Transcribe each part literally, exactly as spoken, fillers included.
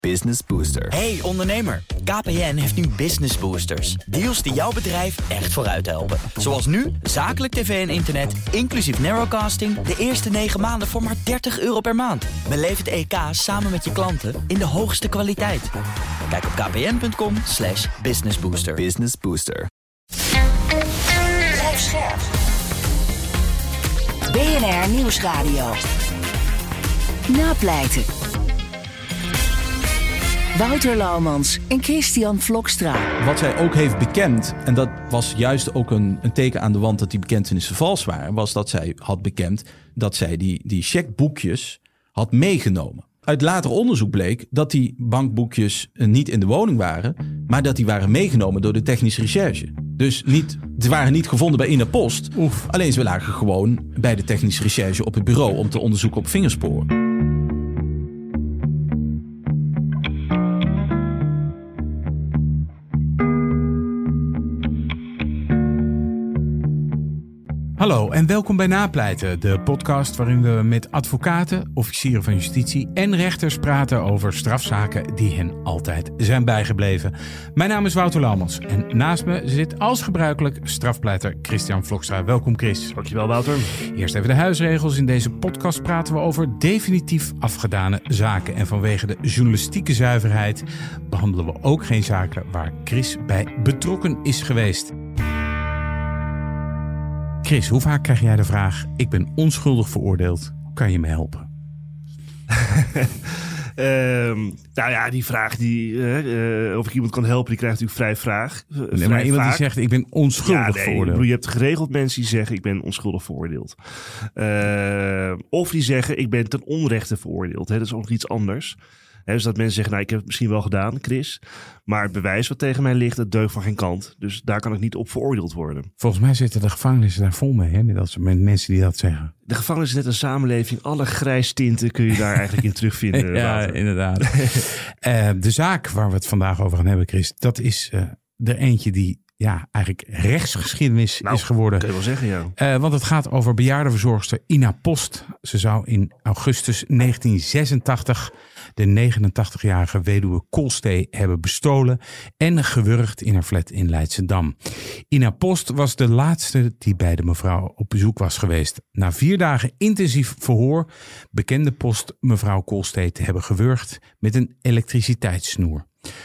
Business Booster. Hey ondernemer, K P N heeft nu Business Boosters. Deals die jouw bedrijf echt vooruit helpen. Zoals nu, zakelijk tv en internet, inclusief narrowcasting... de eerste negen maanden voor maar dertig euro per maand. Beleef het E K samen met je klanten in de hoogste kwaliteit. Kijk op kpn.com slash businessbooster. Business Booster. Blijf scherp. B N R Nieuwsradio. Napleiten. Wouter Laumans en Christian Vlokstra. Wat zij ook heeft bekend, en dat was juist ook een, een teken aan de wand dat die bekentenissen vals waren, was dat zij had bekend dat zij die, die checkboekjes had meegenomen. Uit later onderzoek bleek dat die bankboekjes niet in de woning waren, maar dat die waren meegenomen door de technische recherche. Dus niet, ze waren niet gevonden bij Ina Post, Oef. alleen ze lagen gewoon bij de technische recherche op het bureau om te onderzoeken op vingersporen. Hallo en welkom bij Napleiten, de podcast waarin we met advocaten, officieren van justitie en rechters praten over strafzaken die hen altijd zijn bijgebleven. Mijn naam is Wouter Laumans en naast me zit als gebruikelijk strafpleiter Christian Vlokstra. Welkom Chris. Dankjewel Wouter. Eerst even de huisregels. In deze podcast praten we over definitief afgedane zaken. En vanwege de journalistieke zuiverheid behandelen we ook geen zaken waar Chris bij betrokken is geweest. Chris, hoe vaak krijg jij de vraag, ik ben onschuldig veroordeeld, kan je me helpen? um, nou ja, die vraag, die, uh, of ik iemand kan helpen, die krijgt natuurlijk vrij vraag. Uh, nee, vrij maar iemand vaak. die zegt, ik ben onschuldig ja, nee, veroordeeld. Bedoel, je hebt geregeld mensen die zeggen, ik ben onschuldig veroordeeld. Uh, of die zeggen, ik ben ten onrechte veroordeeld. Hè? Dat is ook nog iets anders. He, dus dat mensen zeggen, nou ik heb het misschien wel gedaan, Chris. Maar het bewijs wat tegen mij ligt, dat deugt van geen kant. Dus daar kan ik niet op veroordeeld worden. Volgens mij zitten de gevangenissen daar vol mee, hè, met, dat, met mensen die dat zeggen. De gevangenis is net een samenleving. Alle grijstinten kun je daar eigenlijk in terugvinden. Ja, Wouter. inderdaad. uh, de zaak waar we het vandaag over gaan hebben, Chris, dat is uh, er eentje die ja, eigenlijk rechtsgeschiedenis nou, is geworden. Kun je wel zeggen, ja. Uh, want het gaat over bejaardenverzorgster Ina Post. Ze zou in augustus negentien zesentachtig de negenentachtigjarige weduwe Koolstee hebben bestolen en gewurgd in haar flat in Leidschendam. Ina Post was de laatste die bij de mevrouw op bezoek was geweest. Na vier dagen intensief verhoor bekende Post mevrouw Koolstee te hebben gewurgd met een elektriciteitssnoer.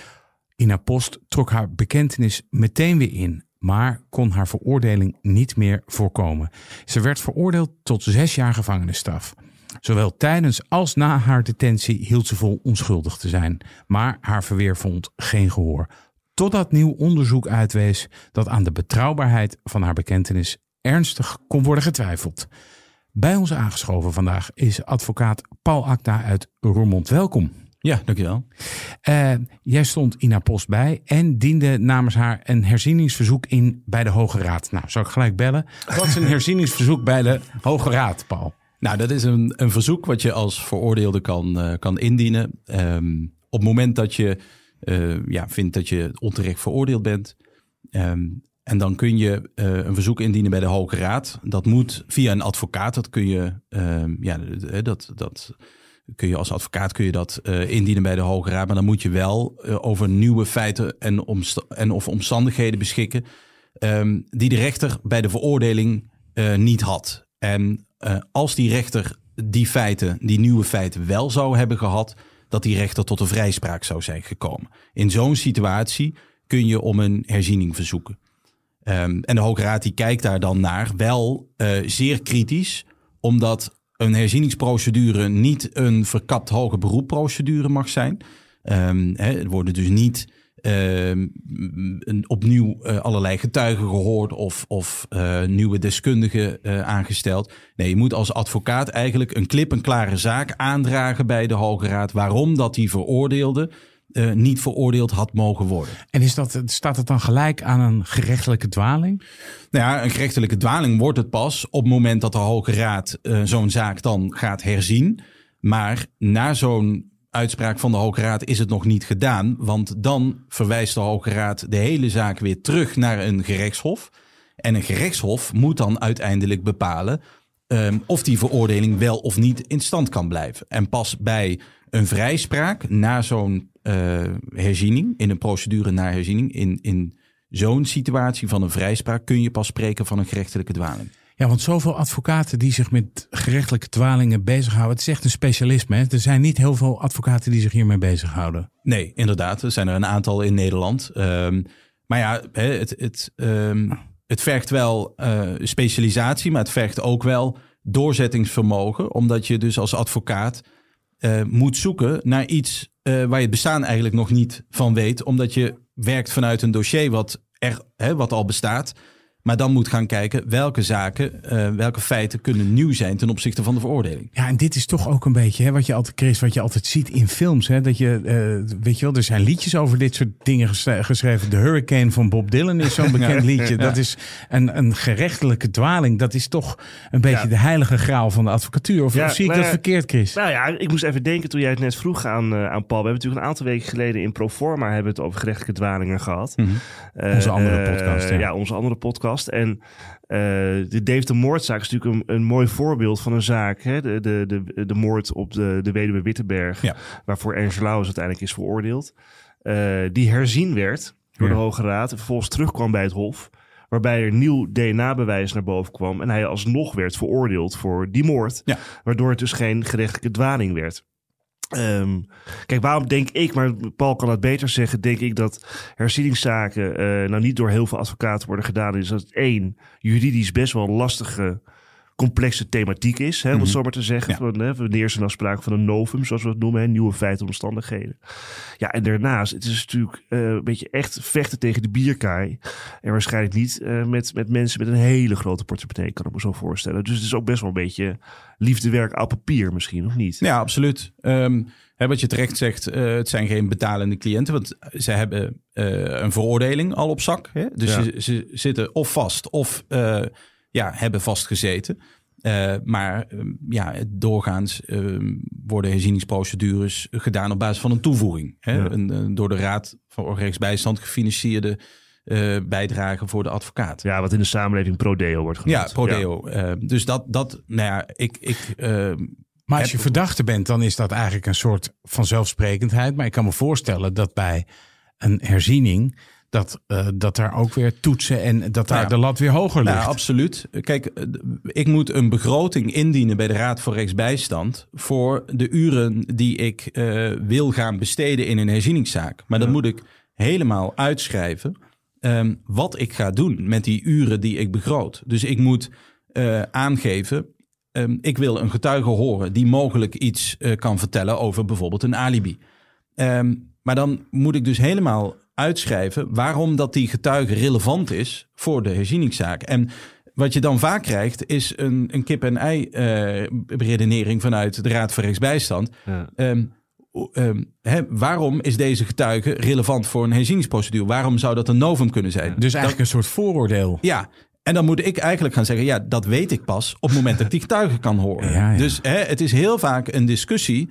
Ina Post trok haar bekentenis meteen weer in, maar kon haar veroordeling niet meer voorkomen. Ze werd veroordeeld tot zes jaar gevangenisstraf. Zowel tijdens als na haar detentie hield ze vol onschuldig te zijn, maar haar verweer vond geen gehoor. Totdat nieuw onderzoek uitwees dat aan de betrouwbaarheid van haar bekentenis ernstig kon worden getwijfeld. Bij ons aangeschoven vandaag is advocaat Paul Akda uit Roermond. Welkom. Ja, dankjewel. Uh, jij stond Ina Post bij en diende namens haar een herzieningsverzoek in bij de Hoge Raad. Nou, zou ik gelijk bellen. Wat is een herzieningsverzoek bij de Hoge Raad, Paul? Nou, dat is een, een verzoek wat je als veroordeelde kan, uh, kan indienen. Um, op het moment dat je uh, ja, vindt dat je onterecht veroordeeld bent. Um, en dan kun je uh, een verzoek indienen bij de Hoge Raad. Dat moet via een advocaat. Dat kun je, um, ja, dat, dat kun je als advocaat kun je dat uh, indienen bij de Hoge Raad. Maar dan moet je wel uh, over nieuwe feiten en, omst- en of omstandigheden beschikken. Um, die de rechter bij de veroordeling uh, niet had. En Uh, als die rechter die feiten, die nieuwe feiten wel zou hebben gehad, dat die rechter tot een vrijspraak zou zijn gekomen. In zo'n situatie kun je om een herziening verzoeken. Um, en de Hoge Raad die kijkt daar dan naar, wel uh, zeer kritisch, omdat een herzieningsprocedure niet een verkapt hoger beroepprocedure mag zijn. Um, hè, er worden dus niet Uh, opnieuw uh, allerlei getuigen gehoord of, of uh, nieuwe deskundigen uh, aangesteld. Nee, je moet als advocaat eigenlijk een klip-en-klare zaak aandragen bij de Hoge Raad waarom dat die veroordeelde uh, niet veroordeeld had mogen worden. En is dat, staat het dan gelijk aan een gerechtelijke dwaling? Nou ja, een gerechtelijke dwaling wordt het pas op het moment dat de Hoge Raad uh, zo'n zaak dan gaat herzien. Maar na zo'n uitspraak van de Hoge Raad is het nog niet gedaan, want dan verwijst de Hoge Raad de hele zaak weer terug naar een gerechtshof. En een gerechtshof moet dan uiteindelijk bepalen um, of die veroordeling wel of niet in stand kan blijven. En pas bij een vrijspraak na zo'n uh, herziening, in een procedure na herziening, in, in zo'n situatie van een vrijspraak kun je pas spreken van een gerechtelijke dwaling. Ja, want zoveel advocaten die zich met gerechtelijke dwalingen bezighouden, het is echt een specialisme. Hè? Er zijn niet heel veel advocaten die zich hiermee bezighouden. Nee, inderdaad. Er zijn er een aantal in Nederland. Um, maar ja, het, het, um, het vergt wel uh, specialisatie, maar het vergt ook wel doorzettingsvermogen. Omdat je dus als advocaat uh, moet zoeken naar iets uh, waar je het bestaan eigenlijk nog niet van weet. Omdat je werkt vanuit een dossier wat, er, hè, wat al bestaat. Maar dan moet gaan kijken welke zaken, uh, welke feiten kunnen nieuw zijn ten opzichte van de veroordeling. Ja, en dit is toch ook een beetje hè, wat je altijd, Chris, wat je altijd ziet in films. Hè, dat je, uh, weet je wel, er zijn liedjes over dit soort dingen geschreven. The Hurricane van Bob Dylan is zo'n bekend ja, liedje. Ja. Dat is een, een gerechtelijke dwaling. Dat is toch een beetje ja. de heilige graal van de advocatuur. Of, ja, of zie ik dat ja, verkeerd, Chris? Nou ja, ik moest even denken toen jij het net vroeg aan, uh, aan Paul. We hebben natuurlijk een aantal weken geleden in Proforma hebben we het over gerechtelijke dwalingen gehad. Mm-hmm. Uh, onze andere podcast. Uh, ja. ja, onze andere podcast. En uh, de Deventer-moordzaak is natuurlijk een, een mooi voorbeeld van een zaak. Hè? De, de, de, de moord op de, de weduwe Wittenberg, ja. waarvoor Ernst Lauwers uiteindelijk is veroordeeld. Uh, die herzien werd door ja. de Hoge Raad en vervolgens terugkwam bij het Hof. Waarbij er nieuw D N A-bewijs naar boven kwam. En hij alsnog werd veroordeeld voor die moord. Ja. Waardoor het dus geen gerechtelijke dwaling werd. Um, kijk, waarom denk ik, maar Paul kan het beter zeggen, denk ik dat herzieningszaken uh, nou niet door heel veel advocaten worden gedaan. Is dat het één, juridisch best wel een lastige, complexe thematiek is, hè, om het zo maar te zeggen. Ja. Van, hè, wanneer is er nou sprake van een novum, zoals we het noemen, hè, nieuwe feiten en omstandigheden. Ja, en daarnaast, het is natuurlijk uh, een beetje echt vechten tegen de bierkaai. En waarschijnlijk niet uh, met, met mensen met een hele grote portemonnee, kan ik me zo voorstellen. Dus het is ook best wel een beetje liefdewerk op papier misschien, of niet? Ja, absoluut. Um, hè, wat je terecht zegt, uh, het zijn geen betalende cliënten, want ze hebben uh, een veroordeling al op zak. Hè? Dus ja. ze, ze zitten of vast of uh, ja, hebben vastgezeten. Uh, maar uh, ja, doorgaans uh, worden herzieningsprocedures gedaan op basis van een toevoeging. Hè? Ja. Een, een door de Raad voor Rechtsbijstand gefinancierde uh, bijdrage voor de advocaat. Ja, wat in de samenleving pro-deo wordt genoemd. Ja, pro-deo. Ja. Uh, dus dat, dat, nou ja, ik... ik uh, maar als je verdachte bent, dan is dat eigenlijk een soort vanzelfsprekendheid. Maar ik kan me voorstellen dat bij een herziening dat, uh, dat daar ook weer toetsen en dat daar ja. de lat weer hoger ligt. Ja, absoluut. Kijk, ik moet een begroting indienen bij de Raad voor Rechtsbijstand voor de uren die ik uh, wil gaan besteden in een herzieningszaak. Maar dan ja. moet ik helemaal uitschrijven um, wat ik ga doen met die uren die ik begroot. Dus ik moet uh, aangeven, um, ik wil een getuige horen die mogelijk iets uh, kan vertellen over bijvoorbeeld een alibi. Um, maar dan moet ik dus helemaal uitschrijven waarom dat die getuige relevant is voor de herzieningszaak. En wat je dan vaak krijgt is een, een kip-en-ei uh, redenering vanuit de Raad voor Rechtsbijstand. Ja. Um, um, hè, waarom is deze getuige relevant voor een herzieningsprocedure? Waarom zou dat een novum kunnen zijn? Dus eigenlijk dat, een soort vooroordeel. Ja. En dan moet ik eigenlijk gaan zeggen, ja, dat weet ik pas op het moment dat ik die getuige kan horen. Ja, ja. Dus hè, het is heel vaak een discussie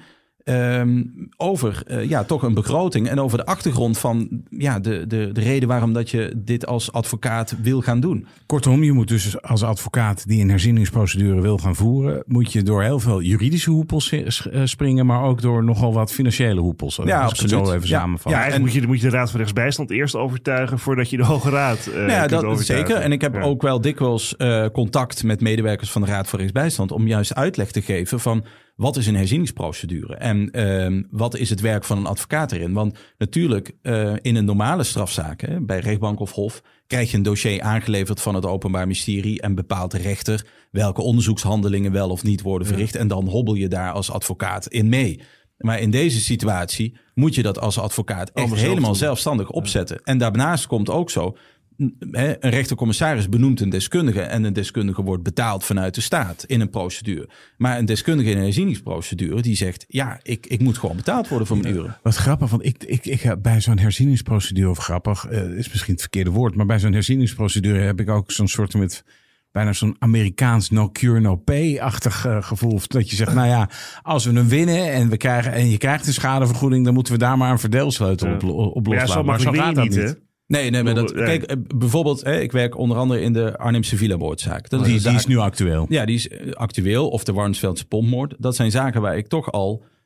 Um, over uh, ja, toch een begroting en over de achtergrond van ja, de, de, de reden waarom dat je dit als advocaat wil gaan doen. Kortom, je moet dus als advocaat die een herzieningsprocedure wil gaan voeren, moet je door heel veel juridische hoepels springen, maar ook door nogal wat financiële hoepels. Ja, als absoluut. Ik het zo even ja. samenvatten. Ja, eigenlijk moet je, moet je de Raad van Rechtsbijstand eerst overtuigen voordat je de Hoge Raad uh, nou ja, kunt dat overtuigen. Zeker. En ik heb ja. ook wel dikwijls uh, contact met medewerkers van de Raad voor Rechtsbijstand om juist uitleg te geven van wat is een herzieningsprocedure en uh, wat is het werk van een advocaat erin? Want natuurlijk uh, in een normale strafzaak, hè, bij rechtbank of hof, krijg je een dossier aangeleverd van het Openbaar Ministerie en bepaalt de rechter welke onderzoekshandelingen wel of niet worden verricht. Ja. En dan hobbel je daar als advocaat in mee. Maar in deze situatie moet je dat als advocaat echt oh, helemaal zelf zelfstandig opzetten. Ja. En daarnaast komt ook zo, een rechtercommissaris benoemt een deskundige en een deskundige wordt betaald vanuit de staat in een procedure. Maar een deskundige in een herzieningsprocedure die zegt, ja, ik, ik moet gewoon betaald worden voor mijn ja, uren. Wat grappig, want ik, ik, ik bij zo'n herzieningsprocedure, of grappig, uh, is misschien het verkeerde woord, maar bij zo'n herzieningsprocedure heb ik ook zo'n soort met bijna zo'n Amerikaans no cure no pay-achtig uh, gevoel. Dat je zegt, nou ja, als we hem winnen en we krijgen en je krijgt een schadevergoeding, dan moeten we daar maar een verdeelsleutel ja. op, op loslaten. Ja, zo maar zo gaat dat niet, hè? Nee, nee, maar dat, kijk, bijvoorbeeld, hè, ik werk onder andere in de Arnhemse Villa-moordzaak. Dat die, is die is nu actueel. Ja, die is actueel. Of de Warnsveldse pompmoord. Dat zijn zaken waar ik toch al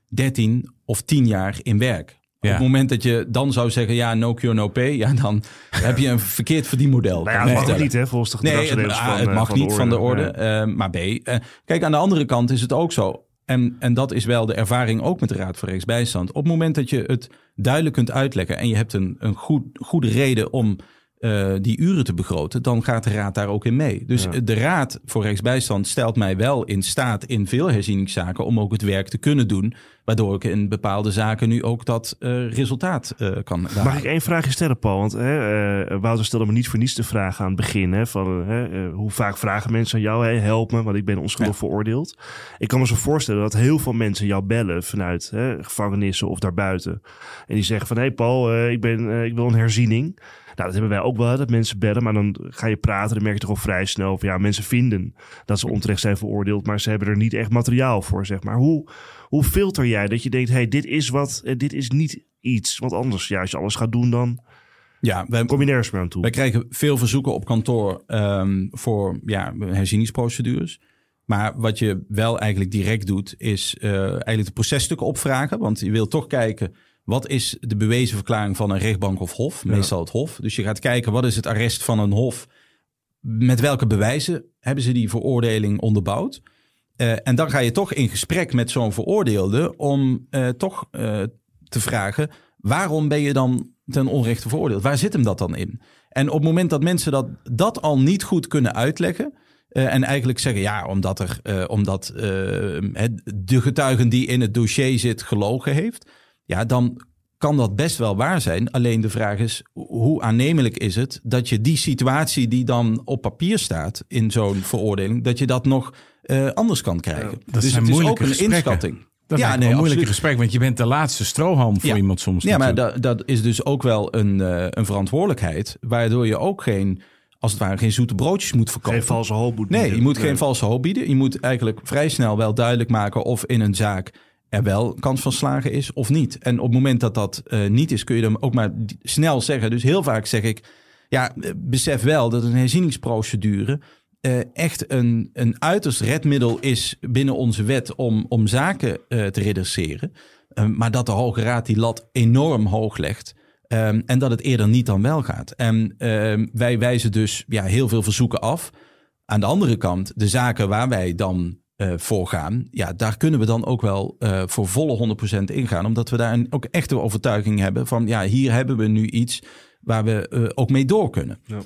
dertien of tien jaar in werk. Ja. Op het moment dat je dan zou zeggen, ja, no cure, no pay, ja, dan heb je een verkeerd verdienmodel. Nou ja, het mag nee. niet, hè, volgens de gedragsregels nee, van, het mag van niet de van de orde. Ja. Uh, maar B, uh, kijk, aan de andere kant is het ook zo. En, en dat is wel de ervaring ook met de Raad voor Rechtsbijstand. Op het moment dat je het duidelijk kunt uitleggen en je hebt een, een goed, goede reden om uh, die uren te begroten, dan gaat de Raad daar ook in mee. Dus ja. de Raad voor Rechtsbijstand stelt mij wel in staat in veel herzieningszaken om ook het werk te kunnen doen, waardoor ik in bepaalde zaken nu ook dat uh, resultaat uh, kan halen. Mag ik één vraagje stellen, Paul? Want hè, uh, Wouter stelde me niet voor niets de vraag aan het begin. Hè, van, hè, uh, hoe vaak vragen mensen aan jou, hè, help me, want ik ben onschuldig ja. veroordeeld. Ik kan me zo voorstellen dat heel veel mensen jou bellen vanuit hè, gevangenissen of daarbuiten. En die zeggen van, hé hey Paul, uh, ik, ben, uh, ik wil een herziening. Nou, dat hebben wij ook wel, dat mensen bellen. Maar dan ga je praten, dan merk je toch al vrij snel van, ja, mensen vinden dat ze onterecht zijn veroordeeld, maar ze hebben er niet echt materiaal voor, zeg maar. Hoe... Hoe filter jij dat je denkt, hey, dit is wat, dit is niet iets. Want anders, ja, als je alles gaat doen, dan ja, wij, kom je nergens meer aan toe. Wij krijgen veel verzoeken op kantoor um, voor ja, herzieningsprocedures. Maar wat je wel eigenlijk direct doet, is uh, eigenlijk de processtukken opvragen. Want je wil toch kijken, wat is de bewezen verklaring van een rechtbank of hof? Meestal ja. het hof. Dus je gaat kijken, wat is het arrest van een hof? Met welke bewijzen hebben ze die veroordeling onderbouwd? Uh, en dan ga je toch in gesprek met zo'n veroordeelde om uh, toch uh, te vragen, waarom ben je dan ten onrechte veroordeeld? Waar zit hem dat dan in? En op het moment dat mensen dat, dat al niet goed kunnen uitleggen uh, en eigenlijk zeggen, ja, omdat, er, uh, omdat uh, de getuigen die in het dossier zit gelogen heeft, ja, dan kan dat best wel waar zijn. Alleen de vraag is, hoe aannemelijk is het dat je die situatie die dan op papier staat in zo'n veroordeling, dat je dat nog uh, anders kan krijgen. Ja, dat dus zijn het is ook een gesprekken. inschatting. Dat ja, is nee, een moeilijke absoluut. gesprek, want je bent de laatste strohalm voor ja. iemand soms. Ja, natuurlijk. maar dat, dat is dus ook wel een, uh, een verantwoordelijkheid, waardoor je ook geen, als het ware, geen zoete broodjes moet verkopen. Geen valse hoop moet bieden. Nee, je moet nee. geen valse hoop bieden. Je moet eigenlijk vrij snel wel duidelijk maken of in een zaak er wel kans van slagen is of niet. En op het moment dat dat uh, niet is, kun je dan ook maar snel zeggen. Dus heel vaak zeg ik, ja, besef wel dat een herzieningsprocedure uh, echt een, een uiterst redmiddel is binnen onze wet om, om zaken uh, te redresseren. Uh, maar dat de Hoge Raad die lat enorm hoog legt. Um, en dat het eerder niet dan wel gaat. En uh, wij wijzen dus ja, heel veel verzoeken af. Aan de andere kant, de zaken waar wij dan Uh, voor gaan, ja, daar kunnen we dan ook wel uh, voor volle honderd procent ingaan. Omdat we daar een, ook echt de overtuiging hebben van, ja, hier hebben we nu iets waar we uh, ook mee door kunnen. Ja.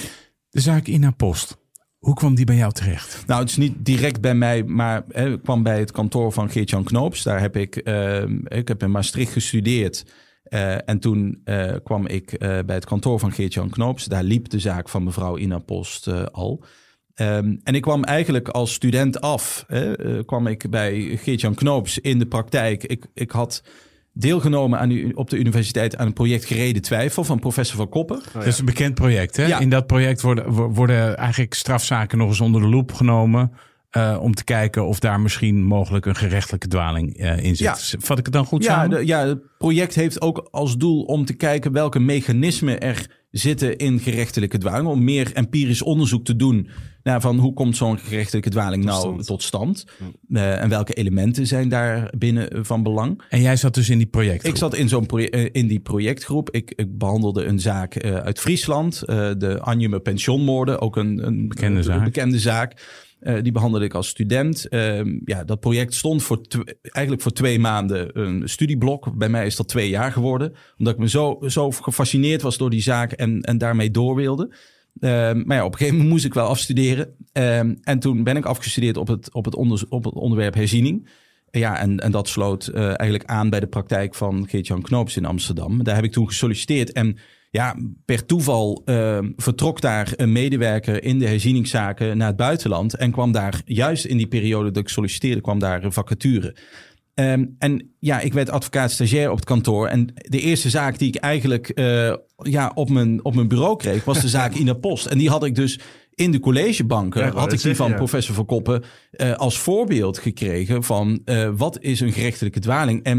De zaak Ina Post, hoe kwam die bij jou terecht? Nou, het is niet direct bij mij, maar hè, ik kwam bij het kantoor van Geert-Jan Knoops. Daar heb ik, uh, ik heb in Maastricht gestudeerd. Uh, en toen uh, kwam ik uh, bij het kantoor van Geert-Jan Knoops. Daar liep de zaak van mevrouw Ina Post uh, al. Um, en ik kwam eigenlijk als student af. Hè, uh, kwam ik bij Geert-Jan Knoops in de praktijk. Ik, ik had deelgenomen aan u, op de universiteit aan een project Gereden Twijfel van professor Van Koppen. Oh, ja. Dat is een bekend project. Hè? Ja. In dat project worden, worden eigenlijk strafzaken nog eens onder de loep genomen. Uh, om te kijken of daar misschien mogelijk een gerechtelijke dwaling uh, in zit. Ja. Vat ik het dan goed ja, samen? De, ja, het project heeft ook als doel om te kijken welke mechanismen er zitten in gerechtelijke dwaling. Om meer empirisch onderzoek te doen naar van hoe komt zo'n gerechtelijke dwaling tot nou stand. tot stand. Ja. Uh, en welke elementen zijn daar binnen van belang. En jij zat dus in die projectgroep? Ik zat in, zo'n proje- uh, in die projectgroep. Ik, ik behandelde een zaak uh, uit Friesland. Uh, de Anjume pensioenmoorden, ook een, een, bekende, een, zaak. een bekende zaak. Uh, die behandelde ik als student. Uh, ja, dat project stond voor tw- eigenlijk voor twee maanden een studieblok. Bij mij is dat twee jaar geworden. Omdat ik me zo, zo gefascineerd was door die zaak en, en daarmee door wilde. Uh, maar ja, op een gegeven moment moest ik wel afstuderen. Uh, en toen ben ik afgestudeerd op het, op het, onder, op het onderwerp herziening. Uh, ja, en, en dat sloot uh, eigenlijk aan bij de praktijk van Geert-Jan Knoops in Amsterdam. Daar heb ik toen gesolliciteerd en ja, per toeval uh, vertrok daar een medewerker in de herzieningszaken naar het buitenland. En kwam daar, juist in die periode dat ik solliciteerde, kwam daar een vacature. Um, en ja, ik werd advocaat stagiair op het kantoor. En de eerste zaak die ik eigenlijk uh, ja, op, mijn, op mijn bureau kreeg, was de zaak Ina Post. En die had ik dus in de collegebanken, ja, had ik die van ja. professor Van Koppen uh, als voorbeeld gekregen van uh, wat is een gerechtelijke dwaling. En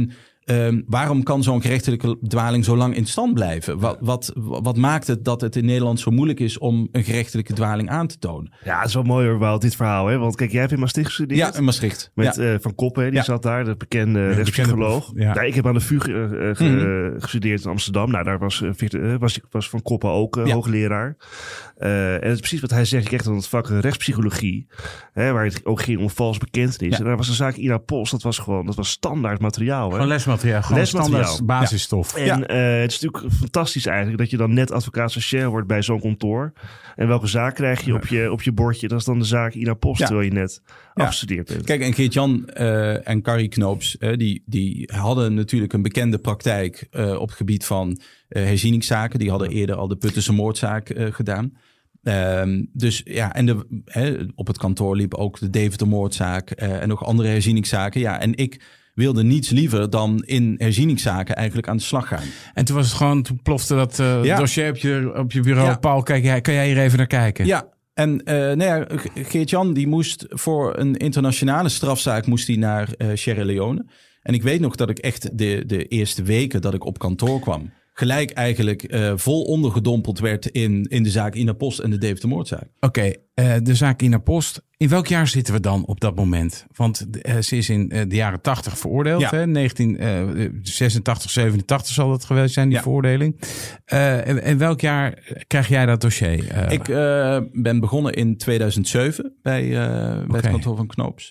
Um, waarom kan zo'n gerechtelijke dwaling zo lang in stand blijven? Wat, wat, wat maakt het dat het in Nederland zo moeilijk is om een gerechtelijke dwaling aan te tonen? Ja, het is wel mooi hoor, Wout, dit verhaal. Hè? Want kijk, jij hebt in Maastricht gestudeerd. Ja, in Maastricht. Met ja. uh, Van Koppen, die ja. zat daar, de bekende ja, rechtspsycholoog. Ja. Ja, ik heb aan de V U uh, ge, mm-hmm. gestudeerd in Amsterdam. Nou, daar was, uh, was, was Van Koppen ook uh, ja. hoogleraar. Uh, en het is precies wat hij zegt. Je krijgt dan het vak rechtspsychologie, hè, waar het ook ging om vals bekentenis. Ja. En daar was de zaak Ina Post, dat was gewoon, dat was standaard materiaal. Hè? Gewoon lesmateriaal, gewoon lesmateriaal. Standaard basisstof. Ja. En ja. uh, het is natuurlijk fantastisch eigenlijk dat je dan net advocaat-associair wordt bij zo'n kantoor. En welke zaak krijg je op je, op je bordje? Dat is dan de zaak Ina Post, ja. terwijl je net ja. afgestudeerd bent. Kijk, en Geert-Jan uh, en Carrie Knoops, uh, die, die hadden natuurlijk een bekende praktijk uh, op het gebied van uh, herzieningszaken. Die hadden eerder al de Puttense moordzaak uh, gedaan. Um, dus ja, en de, he, op het kantoor liep ook de Deventer-moordzaak uh, en nog andere herzieningszaken. Ja, en ik wilde niets liever dan in herzieningszaken eigenlijk aan de slag gaan. En toen was het gewoon, toen plofte dat uh, ja. dossier op je, op je bureau. Ja. Paul, kijk, jij, kan jij hier even naar kijken? Ja, en uh, nou ja, Geert-Jan die moest voor een internationale strafzaak moest hij naar uh, Sierra Leone. En ik weet nog dat ik echt de, de eerste weken dat ik op kantoor kwam, gelijk eigenlijk uh, vol ondergedompeld werd in, in de zaak Ina Post en de Deventer-moordzaak. Oké, okay, uh, de zaak Ina Post. In welk jaar zitten we dan op dat moment? Want uh, ze is in uh, de jaren tachtig veroordeeld. Ja. Hè? negentien zesentachtig, zevenentachtig zal dat geweest zijn, die ja. veroordeling. Uh, in, in welk jaar krijg jij dat dossier? Uh, ik uh, ben begonnen in tweeduizend zeven bij, uh, okay. bij het kantoor van Knoops.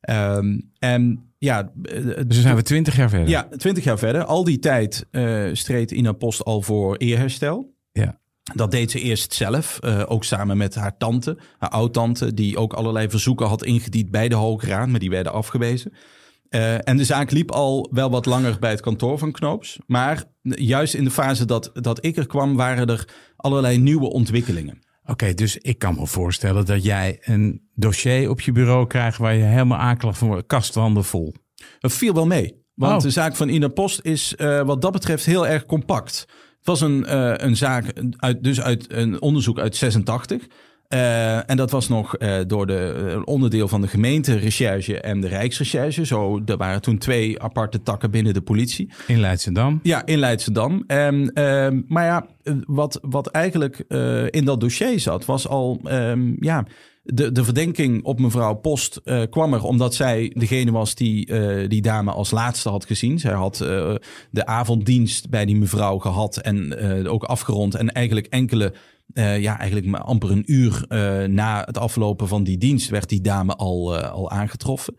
Um, en ja, dus dan zijn we twintig jaar verder. Ja, twintig jaar verder. Al die tijd uh, streed Ina Post al voor eerherstel. Ja. Dat deed ze eerst zelf, uh, ook samen met haar tante, haar oud-tante, die ook allerlei verzoeken had ingediend bij de Hoge Raad, maar die werden afgewezen. Uh, en de zaak liep al wel wat langer bij het kantoor van Knoops. Maar juist in de fase dat, dat ik er kwam, waren er allerlei nieuwe ontwikkelingen. Oké, okay, dus ik kan me voorstellen dat jij een dossier op je bureau krijgt waar je helemaal akelig van wordt, kastwanden vol. Dat viel wel mee, want oh. de zaak van Ina Post is uh, wat dat betreft heel erg compact. Het was een, uh, een zaak, uit, dus uit een onderzoek uit zesentachtig. Uh, en dat was nog uh, door de uh, onderdeel van de gemeenterecherche en de Rijksrecherche. Zo, er waren toen twee aparte takken binnen de politie. In Leidschendam? Ja, in Leidschendam. Um, um, maar ja, wat, wat eigenlijk uh, in dat dossier zat, was al um, ja, de, de verdenking op mevrouw Post uh, kwam er omdat zij degene was die uh, die dame als laatste had gezien. Zij had uh, de avonddienst bij die mevrouw gehad en uh, ook afgerond en eigenlijk enkele Uh, ja, eigenlijk maar amper een uur uh, na het aflopen van die dienst werd die dame al, uh, al aangetroffen.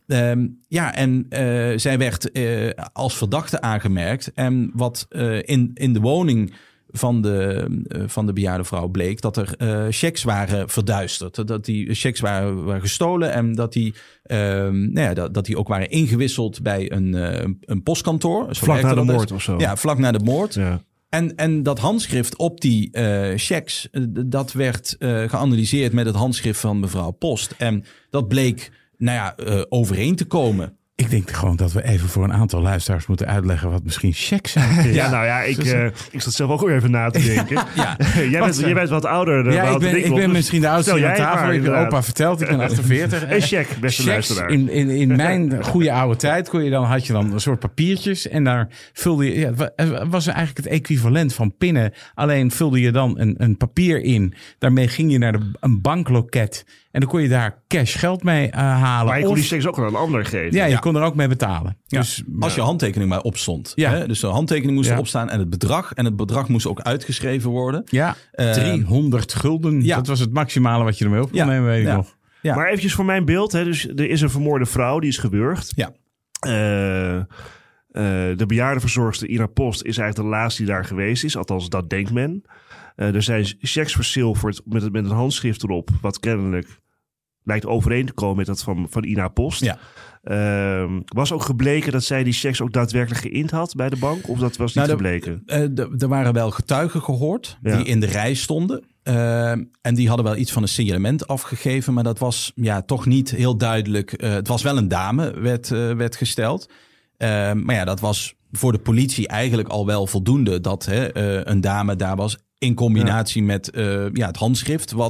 Um, ja, en uh, zij werd uh, als verdachte aangemerkt. En wat uh, in, in de woning van de, uh, van de bejaarde vrouw bleek, dat er uh, checks waren verduisterd. Dat die checks waren, waren gestolen en dat die, uh, nou ja, dat, dat die ook waren ingewisseld bij een, uh, een postkantoor. Zo vlak na de moord is. Of zo. Ja, vlak na de moord. Ja. En, en dat handschrift op die uh, checks, uh, dat werd uh, geanalyseerd met het handschrift van mevrouw Post. En dat bleek, nou ja, uh, overeen te komen. Ik denk gewoon dat we even voor een aantal luisteraars moeten uitleggen wat misschien checks zijn. Ja, ja, nou ja, ik, uh, ik zat zelf ook weer even na te denken. Ja. jij, bent, jij bent wat ouder. Ja, ik ben, ik ben misschien de oudste aan tafel. Maar, ik heb opa verteld, ik ben achtenveertig. Een check, beste luisteraar. In, in, in mijn goede oude tijd kon je dan, had je dan een soort papiertjes. En daar vulde je, ja, het was eigenlijk het equivalent van pinnen. Alleen vulde je dan een, een papier in. Daarmee ging je naar de, een bankloket. En dan kon je daar cash geld mee uh, halen. Maar je kon of, die checks ook aan een ander geven. Ja, je ja. kon er ook mee betalen. Ja. Dus, als je handtekening maar opstond. Ja. Hè? Dus de handtekening moest ja. erop staan en het bedrag. En het bedrag moest ook uitgeschreven worden. Ja, uh, driehonderd gulden. Ja. Dat was het maximale wat je ermee op kon ja. nemen, weet ik ja. nog. Ja. Maar eventjes voor mijn beeld. Hè, dus er is een vermoorde vrouw, die is gewurgd. Ja. Uh, uh, de bejaardenverzorgster Ina Post is eigenlijk de laatste die daar geweest is. Althans, dat denkt men. Uh, er zijn checks verzilverd met, met een handschrift erop. Wat kennelijk lijkt overeen te komen met dat van, van Ina Post. Ja. Uh, was ook gebleken dat zij die checks ook daadwerkelijk geïnd had bij de bank? Of dat was niet nou, gebleken? Er waren wel getuigen gehoord ja. die in de rij stonden. Uh, en die hadden wel iets van een signalement afgegeven. Maar dat was ja, toch niet heel duidelijk. Uh, het was wel een dame, werd, uh, werd gesteld. Uh, maar ja, dat was voor de politie eigenlijk al wel voldoende dat hè, uh, een dame daar was. In combinatie ja. met uh, ja, het handschrift wat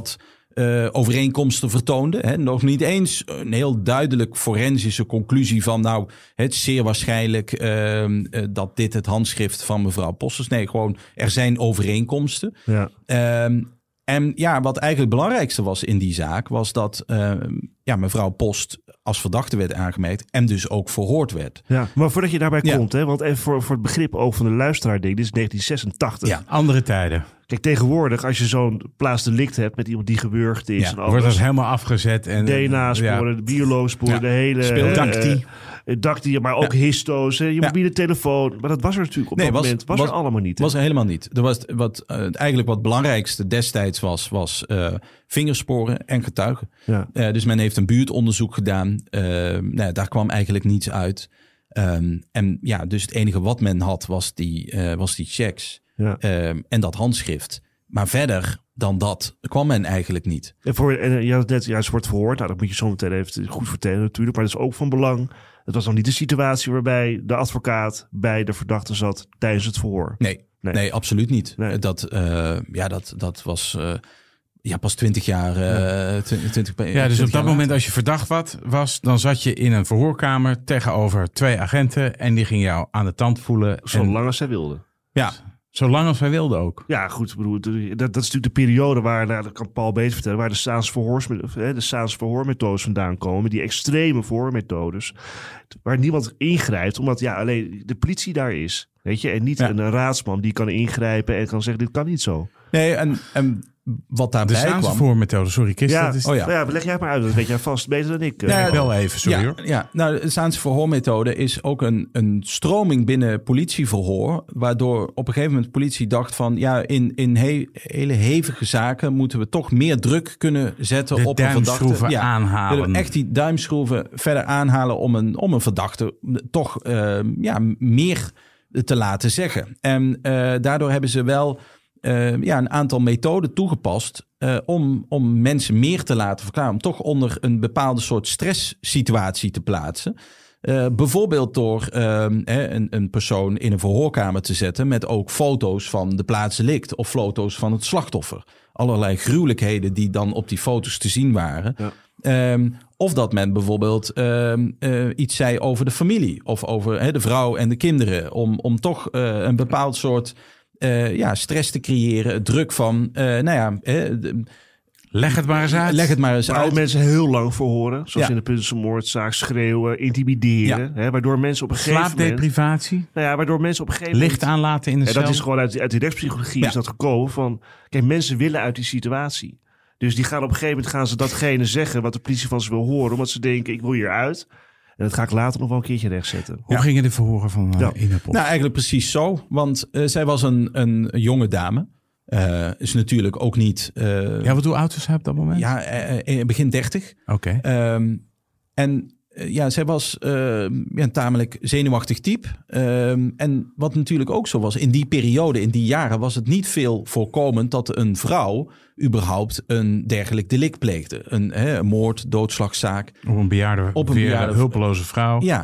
uh, overeenkomsten vertoonde. Hè. Nog niet eens een heel duidelijk forensische conclusie van nou, het is zeer waarschijnlijk uh, uh, dat dit het handschrift van mevrouw Post is. Nee, gewoon er zijn overeenkomsten. Ja. Um, En ja, wat eigenlijk het belangrijkste was in die zaak, was dat uh, ja, mevrouw Post als verdachte werd aangemerkt en dus ook verhoord werd. Ja, maar voordat je daarbij ja. komt, hè, want even voor, voor het begrip ook van de luisteraar, denk, dit is negentien zesentachtig. Ja, andere tijden. Kijk, tegenwoordig, als je zo'n plaatsdelict hebt met iemand die gewurgd is. Ja, en alles, wordt dat helemaal afgezet. En, D N A-sporen, ja. de bioloogsporen, ja. de hele... Speeldactie. Uh, Dactie, maar ook ja. histo's, je ja. mobiele telefoon. Maar dat was er natuurlijk op nee, dat was, moment. Was, was er allemaal niet. Hè? Was er helemaal niet. Er was wat, uh, eigenlijk wat het belangrijkste destijds was, was uh, vingersporen en getuigen. Ja. Uh, dus men heeft een buurtonderzoek gedaan. Uh, nou, daar kwam eigenlijk niets uit. Um, en ja, dus het enige wat men had was die, uh, was die checks. Ja. Um, en dat handschrift. Maar verder dan dat kwam men eigenlijk niet. En, voor, en je had net juist wordt verhoord. Nou, dat moet je zo meteen even goed vertellen natuurlijk. Maar dat is ook van belang. Het was nog niet de situatie waarbij de advocaat bij de verdachte zat tijdens het verhoor. Nee, nee. nee absoluut niet. Nee. Dat, uh, ja, dat, dat was uh, ja, pas twintig jaar. Uh, ja. twintig, ja, dus op dat moment later. Als je verdacht wat, was, dan zat je in een verhoorkamer tegenover twee agenten en die gingen jou aan de tand voelen. Zolang en... als zij wilden. Ja. Zolang als wij wilden ook. Ja, goed. Bedoel, dat, dat is natuurlijk de periode waar, nou, dat kan Paul beter vertellen, waar de Saans verhoormethodes vandaan komen. Die extreme verhoormethodes. Waar niemand ingrijpt, omdat ja, alleen de politie daar is. Weet je, en niet ja. een, een raadsman die kan ingrijpen en kan zeggen, dit kan niet zo. Nee, en... en... Wat daarbij de Saanse voormethode, sorry Chris. Ja, dat is... oh ja. ja, leg jij maar uit, dat weet jij vast beter dan ik. Ja, uh, wel even, sorry ja, hoor. Ja, nou, de Saanse verhoormethode is ook een, een stroming binnen politieverhoor, waardoor op een gegeven moment de politie dacht van, ja, in, in he, hele hevige zaken moeten we toch meer druk kunnen zetten de op een verdachte. duimschroeven ja, aanhalen. Echt die duimschroeven verder aanhalen om een, om een verdachte toch uh, ja, meer te laten zeggen. En uh, daardoor hebben ze wel Uh, ja, een aantal methoden toegepast uh, om, om mensen meer te laten verklaren. Om toch onder een bepaalde soort stresssituatie te plaatsen. Uh, bijvoorbeeld door uh, een, een persoon in een verhoorkamer te zetten met ook foto's van de plaatsdelict of foto's van het slachtoffer. Allerlei gruwelijkheden die dan op die foto's te zien waren. Ja. Um, of dat men bijvoorbeeld uh, uh, iets zei over de familie of over uh, de vrouw en de kinderen. Om, om toch uh, een bepaald soort... Uh, ja, stress te creëren, druk van, uh, nou ja... Uh, de, leg het maar eens uit. Leg het maar eens maar uit. Waar mensen heel lang verhoren, zoals ja. in de Puntense moordzaak, schreeuwen, intimideren. Ja. Hè, waardoor mensen op een gegeven moment... Slaapdeprivatie. Nou ja, waardoor mensen op een gegeven moment... Licht aanlaten in de en cel. Dat is gewoon uit, uit die rechtspsychologie ja. is dat gekomen van... Kijk, mensen willen uit die situatie. Dus die gaan op een gegeven moment gaan ze datgene zeggen wat de politie van ze wil horen. Omdat ze denken, ik wil hier uit. En dat ga ik later nog wel een keertje rechtzetten. Hoe ja. gingen de verhoren van uh, ja. Ina Post? Nou, eigenlijk precies zo. Want uh, zij was een, een jonge dame. Uh, is natuurlijk ook niet... Uh, ja, wat hoe oud was zij op dat moment? Ja, uh, begin dertig. Oké. Okay. Um, en uh, ja, zij was uh, ja, een tamelijk zenuwachtig type. Um, en wat natuurlijk ook zo was, in die periode, in die jaren... was het niet veel voorkomend dat een vrouw... überhaupt een dergelijk delict pleegde. Een, hè, een moord, doodslagzaak. Op een bejaarde, op een bejaarde hulpeloze vrouw. Ja,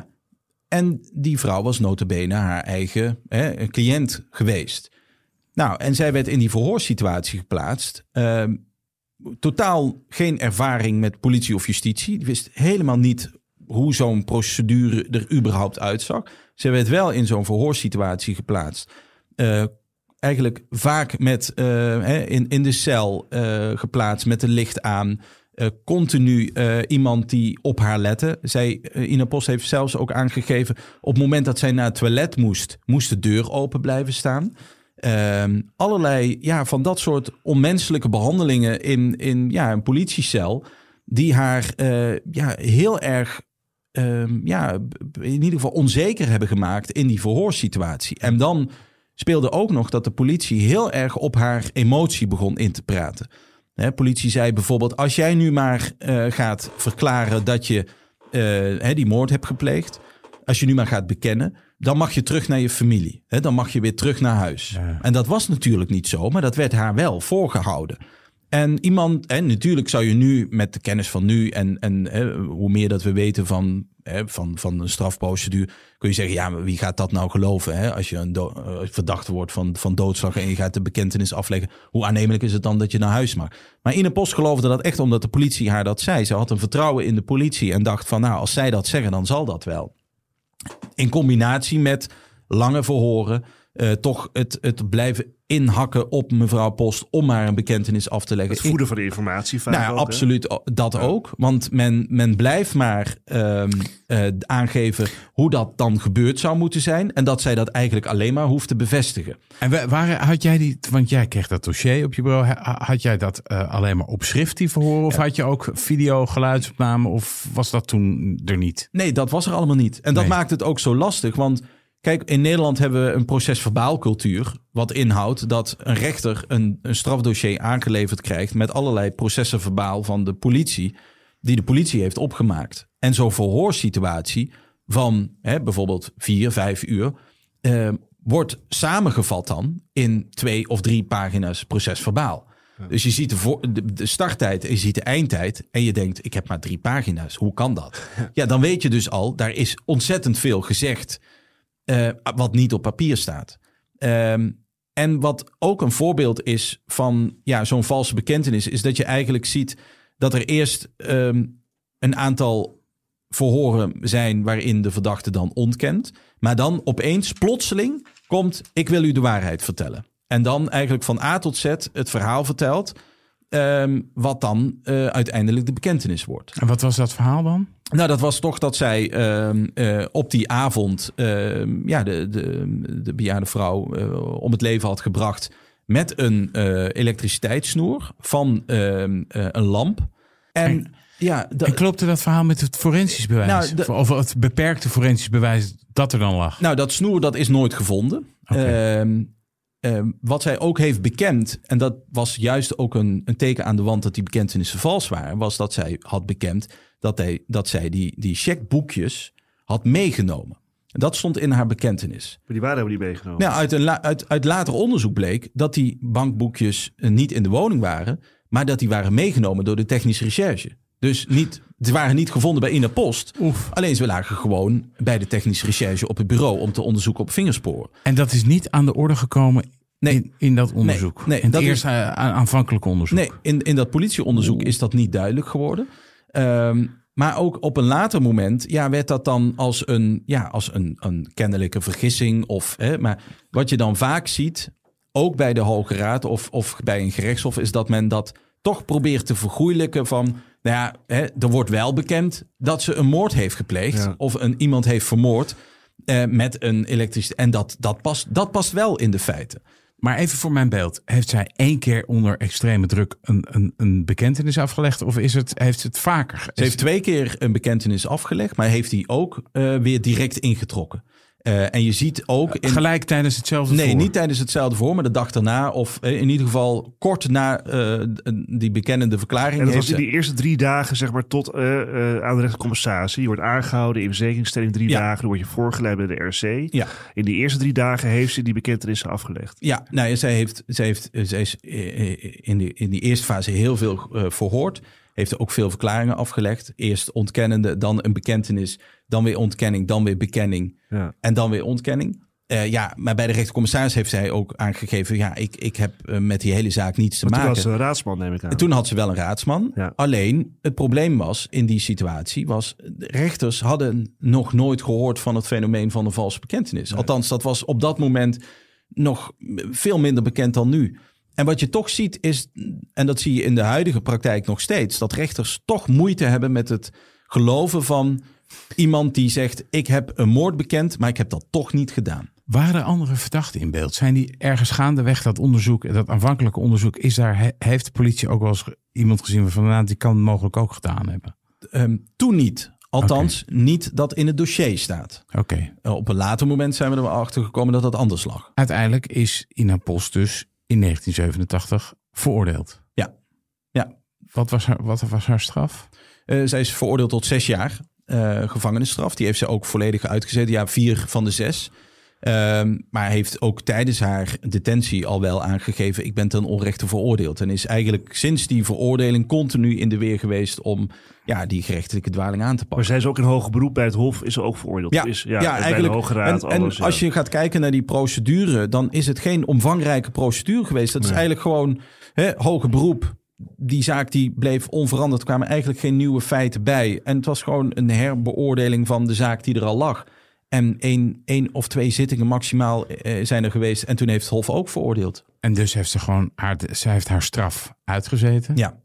en die vrouw was nota bene haar eigen hè, cliënt geweest. Nou, en zij werd in die verhoorsituatie geplaatst. Uh, totaal geen ervaring met politie of justitie. Die wist helemaal niet hoe zo'n procedure er überhaupt uitzag. Zij werd wel in zo'n verhoorsituatie geplaatst. Uh, Eigenlijk vaak met uh, in, in de cel uh, geplaatst met de licht aan. Uh, continu uh, iemand die op haar lette. Zij, uh, Ina Post heeft zelfs ook aangegeven... op het moment dat zij naar het toilet moest... moest de deur open blijven staan. Uh, allerlei ja, van dat soort onmenselijke behandelingen... in, in ja, een politiecel... die haar uh, ja, heel erg... Uh, ja, in ieder geval onzeker hebben gemaakt... in die verhoorsituatie. En dan... speelde ook nog dat de politie heel erg op haar emotie begon in te praten. De politie zei bijvoorbeeld, als jij nu maar uh, gaat verklaren dat je uh, he, die moord hebt gepleegd, als je nu maar gaat bekennen, dan mag je terug naar je familie. He, dan mag je weer terug naar huis. Ja. En dat was natuurlijk niet zo, maar dat werd haar wel voorgehouden. En iemand, en natuurlijk zou je nu met de kennis van nu en, en he, hoe meer dat we weten van hè, van, van een strafprocedure kun je zeggen, ja, maar wie gaat dat nou geloven? Hè? Als je een do- uh, verdachte wordt van, van doodslag en je gaat de bekentenis afleggen, hoe aannemelijk is het dan dat je naar huis mag? Maar Ine Post geloofde dat echt omdat de politie haar dat zei. Ze had een vertrouwen in de politie en dacht van, nou, als zij dat zeggen, dan zal dat wel. In combinatie met lange verhoren, uh, toch het, het blijven inhakken op mevrouw Post om maar een bekentenis af te leggen. Het voeden van de informatie vaak Nou ja, ook, absoluut hè? dat Ja. ook. Want men, men blijft maar um, uh, aangeven hoe dat dan gebeurd zou moeten zijn. En dat zij dat eigenlijk alleen maar hoeft te bevestigen. En wa- waar had jij die, want jij kreeg dat dossier op je bureau. Ha- Had jij dat uh, alleen maar op schrift die verhoren? Of Ja. had je ook video, geluidsopname? Of was dat toen er niet? Nee, dat was er allemaal niet. En dat Nee. maakt het ook zo lastig. Want kijk, in Nederland hebben we een procesverbaal cultuur. Wat inhoudt dat een rechter een, een strafdossier aangeleverd krijgt met allerlei processenverbaal van de politie, die de politie heeft opgemaakt. En zo'n verhoorsituatie van hè, bijvoorbeeld vier, vijf uur eh, wordt samengevat dan in twee of drie pagina's procesverbaal. Ja. Dus je ziet de, voor, de, de starttijd en je ziet de eindtijd en je denkt, ik heb maar drie pagina's. Hoe kan dat? Ja, dan weet je dus al, daar is ontzettend veel gezegd uh, wat niet op papier staat. Um, en wat ook een voorbeeld is van ja, zo'n valse bekentenis, is dat je eigenlijk ziet dat er eerst um, een aantal verhoren zijn waarin de verdachte dan ontkent. Maar dan opeens, plotseling, komt, ik wil u de waarheid vertellen. En dan eigenlijk van A tot Z het verhaal vertelt, um, wat dan uh, uiteindelijk de bekentenis wordt. En wat was dat verhaal dan? Nou, dat was toch dat zij uh, uh, op die avond uh, ja, de, de, de bejaarde vrouw uh, om het leven had gebracht met een uh, elektriciteitssnoer van uh, uh, een lamp. En, en, ja, da- en klopte dat verhaal met het forensisch bewijs? Nou, de, of het beperkte forensisch bewijs dat er dan lag? Nou, dat snoer dat is nooit gevonden. Okay. Uh, uh, wat zij ook heeft bekend, en dat was juist ook een, een teken aan de wand dat die bekentenissen vals waren, was dat zij had bekend dat, hij, dat zij die, die checkboekjes had meegenomen. Dat stond in haar bekentenis. Maar die waren helemaal niet meegenomen. Nou, uit, een la, uit, uit later onderzoek bleek dat die bankboekjes niet in de woning waren, maar dat die waren meegenomen door de technische recherche. Dus niet, ze waren niet gevonden bij Ine Post. Oef. Alleen ze lagen gewoon bij de technische recherche op het bureau om te onderzoeken op vingersporen. En dat is niet aan de orde gekomen nee. in, in dat onderzoek? Nee, nee, in het dat eerste is, aanvankelijke onderzoek? Nee, in, in dat politieonderzoek Oeh. is dat niet duidelijk geworden. Um, maar ook op een later moment ja, werd dat dan als een, ja, als een, een kennelijke vergissing. Of, hè, maar wat je dan vaak ziet, ook bij de Hoge Raad of, of bij een gerechtshof, is dat men dat toch probeert te vergoeilijken van, nou ja, hè, er wordt wel bekend dat ze een moord heeft gepleegd. Ja. Of een, iemand heeft vermoord uh, met een elektrisch. En dat, dat, past, dat past wel in de feiten. Maar even voor mijn beeld. Heeft zij één keer onder extreme druk een, een, een bekentenis afgelegd? Of is het, heeft het vaker? Ze heeft twee keer een bekentenis afgelegd, maar heeft die ook uh, weer direct ingetrokken. Uh, en je ziet ook... In... Gelijk tijdens hetzelfde Nee, voor? niet tijdens hetzelfde voor, maar de dag daarna. Of in ieder geval kort na uh, die bekennende verklaring. En dat was in die eerste drie dagen, zeg maar, tot uh, uh, aan de rechtercommissaris. Je wordt aangehouden in verzekeringsstelling drie ja. dagen. Dan word je voorgeleid bij de R C. Ja. In die eerste drie dagen heeft ze die bekentenissen afgelegd. Ja, nou, zij, heeft, zij, heeft, zij is in die, in die eerste fase heel veel uh, verhoord. Heeft er ook veel verklaringen afgelegd. Eerst ontkennende, dan een bekentenis, dan weer ontkenning, dan weer bekenning ja. en dan weer ontkenning. Uh, ja, maar bij de rechtercommissaris heeft zij ook aangegeven, ja, ik, ik heb uh, met die hele zaak niets te maar maken. Toen was ze een raadsman, neem ik aan. En toen had ze wel een raadsman. Ja. Alleen, het probleem was in die situatie, was de rechters hadden nog nooit gehoord van het fenomeen van een valse bekentenis. Nee. Althans, dat was op dat moment nog veel minder bekend dan nu. En wat je toch ziet is, en dat zie je in de huidige praktijk nog steeds, dat rechters toch moeite hebben met het geloven van iemand die zegt, ik heb een moord bekend, maar ik heb dat toch niet gedaan. Waren er andere verdachten in beeld? Zijn die ergens gaandeweg dat onderzoek, dat aanvankelijke onderzoek, is daar, heeft de politie ook wel eens iemand gezien waarvan nou, die kan het mogelijk ook gedaan hebben? Um, toen niet. Althans, okay. niet dat in het dossier staat. Okay. Uh, op een later moment zijn we erachter gekomen dat dat anders lag. Uiteindelijk is Ina Post dus in negentien zevenentachtig veroordeeld. Ja. ja. Wat was haar, wat was haar straf? Uh, zij is veroordeeld tot zes jaar uh, gevangenisstraf. Die heeft ze ook volledig uitgezeten. Ja, vier van de zes. Um, maar heeft ook tijdens haar detentie al wel aangegeven... ik ben ten onrechte veroordeeld. En is eigenlijk sinds die veroordeling continu in de weer geweest... om ja, die gerechtelijke dwaling aan te pakken. Maar zij is ook in hoger beroep bij het Hof, is ze ook veroordeeld? Ja, is, ja, ja en eigenlijk. Bij de Hoge Raad, en, alles, en als ja. je gaat kijken naar die procedure... dan is het geen omvangrijke procedure geweest. Dat is Nee. eigenlijk gewoon hè, hoger beroep. Die zaak die bleef onveranderd. Er kwamen eigenlijk geen nieuwe feiten bij. En het was gewoon een herbeoordeling van de zaak die er al lag. En één, één of twee zittingen maximaal eh, zijn er geweest. En toen heeft het Hof ook veroordeeld. En dus heeft ze gewoon haar, ze heeft haar straf uitgezeten. Ja.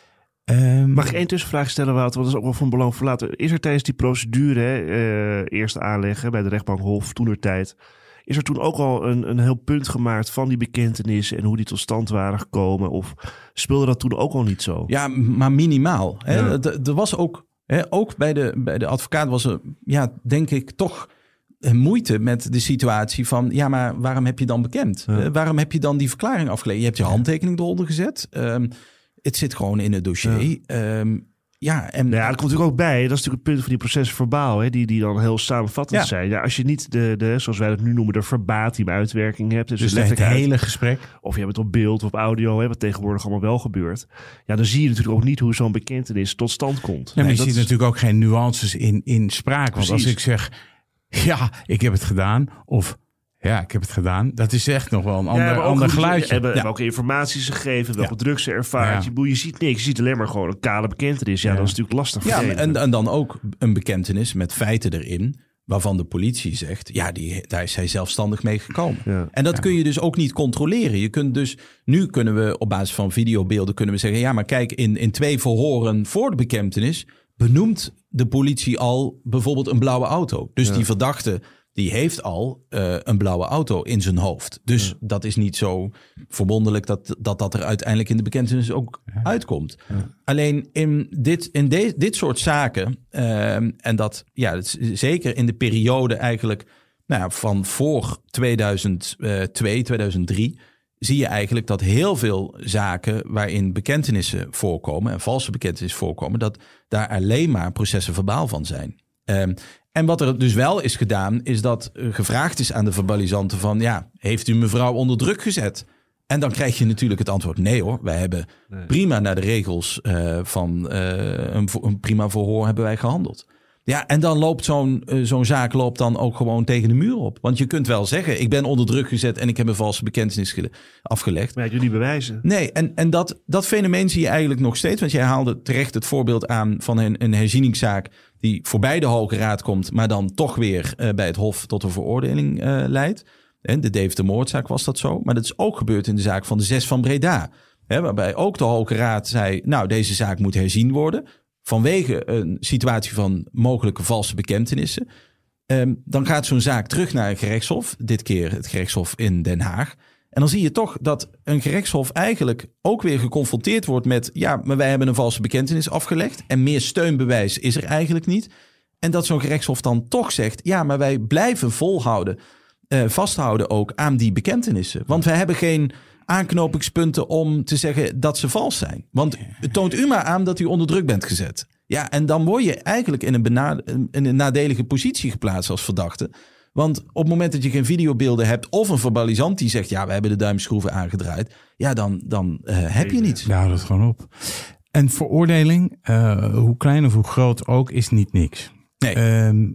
Um, Mag ik één tussenvraag stellen, Wouter? Want dat is ook wel van belang voor later. Is er tijdens die procedure, hè, uh, eerste aanleggen bij de rechtbank Hof, toenertijd... is er toen ook al een, een heel punt gemaakt van die bekentenissen... en hoe die tot stand waren gekomen? Of speelde dat toen ook al niet zo? Ja, maar minimaal. Hè? Ja. Er was ook, hè, ook bij de, bij de advocaat was er, ja, denk ik, toch moeite met de situatie van... ja, maar waarom heb je dan bekend? Ja. Uh, waarom heb je dan die verklaring afgelegen? Je hebt je handtekening eronder gezet. Um, het zit gewoon in het dossier. Ja, um, ja en nou ja, er komt natuurlijk ook bij. Dat is natuurlijk het punt van die processen verbaal, hè, die, die dan heel samenvattend ja. zijn. Ja, als je niet de, de, zoals wij dat nu noemen, de verbatim uitwerking hebt. Dus, dus leg het ik uit, hele gesprek. of je hebt het op beeld of op audio, hè, wat tegenwoordig allemaal wel gebeurt. Ja, dan zie je natuurlijk ook niet hoe zo'n bekentenis tot stand komt. Ja, maar Nee, je dat ziet is- natuurlijk ook geen nuances in, in spraak. Want Precies. als ik zeg, ja, ik heb het gedaan. Of, ja, ik heb het gedaan. Dat is echt nog wel een ander, Ja, maar ook ander hoe ze- geluidje. Hebben, Ja. hebben ook informaties gegeven, welke Ja. drugs ze ervaart. Ja. Je, je ziet niks, je ziet alleen maar gewoon een kale bekentenis. Ja, Ja. dat is natuurlijk lastig. Ja, verdedigen. en, en dan ook een bekentenis met feiten erin... waarvan de politie zegt, ja, die, daar is hij zelfstandig mee gekomen. Ja. En dat Ja. kun je dus ook niet controleren. Je kunt dus, nu kunnen we op basis van videobeelden kunnen we zeggen... ja, maar kijk, in, in twee verhoren voor de bekentenis... benoemt de politie al bijvoorbeeld een blauwe auto. Dus Ja. die verdachte... die heeft al uh, een blauwe auto in zijn hoofd. Dus Ja. dat is niet zo verwonderlijk dat, dat dat er uiteindelijk in de bekentenis ook Ja. uitkomt. Ja. Alleen in dit, in de, dit soort zaken, uh, en dat ja, dat is zeker in de periode eigenlijk nou ja, van voor tweeduizend twee, tweeduizend drie... zie je eigenlijk dat heel veel zaken waarin bekentenissen voorkomen... en valse bekentenissen voorkomen, dat daar alleen maar processen verbaal van zijn. Um, En wat er dus wel is gedaan, is dat uh, gevraagd is aan de verbalisanten van... ja, heeft u mevrouw onder druk gezet? En dan krijg je natuurlijk het antwoord... nee hoor, wij hebben Nee. prima naar de regels uh, van uh, een, een prima verhoor hebben wij gehandeld. Ja, en dan loopt zo'n, uh, zo'n zaak loopt dan ook gewoon tegen de muur op. Want je kunt wel zeggen, ik ben onder druk gezet... en ik heb een valse bekentenis ge- afgelegd. Maar je kunt niet bewijzen. Nee, en, en dat, dat fenomeen zie je eigenlijk nog steeds. Want jij haalde terecht het voorbeeld aan van een, een herzieningszaak... die voorbij de Hoge Raad komt... maar dan toch weer uh, bij het Hof tot een veroordeling uh, leidt. En de Deventer-moordzaak was dat zo. Maar dat is ook gebeurd in de zaak van de zes van Breda. Hè, waarbij ook de Hoge Raad zei... nou, deze zaak moet herzien worden... vanwege een situatie van mogelijke valse bekentenissen. Um, dan gaat zo'n zaak terug naar een gerechtshof. Dit keer het gerechtshof in Den Haag. En dan zie je toch dat een gerechtshof eigenlijk ook weer geconfronteerd wordt met... ja, maar wij hebben een valse bekentenis afgelegd... en meer steunbewijs is er eigenlijk niet. En dat zo'n gerechtshof dan toch zegt... ja, maar wij blijven volhouden, uh, vasthouden ook aan die bekentenissen. Want wij hebben geen aanknopingspunten om te zeggen dat ze vals zijn. Want toont u maar aan dat u onder druk bent gezet. Ja, en dan word je eigenlijk in een, benade- in een nadelige positie geplaatst als verdachte... Want op het moment dat je geen videobeelden hebt... of een verbalisant die zegt... ja, we hebben de duimschroeven aangedraaid... ja, dan, dan uh, heb je niets. Nou, dat gewoon op. En veroordeling, uh, hoe klein of hoe groot ook, is niet niks. Nee. Um,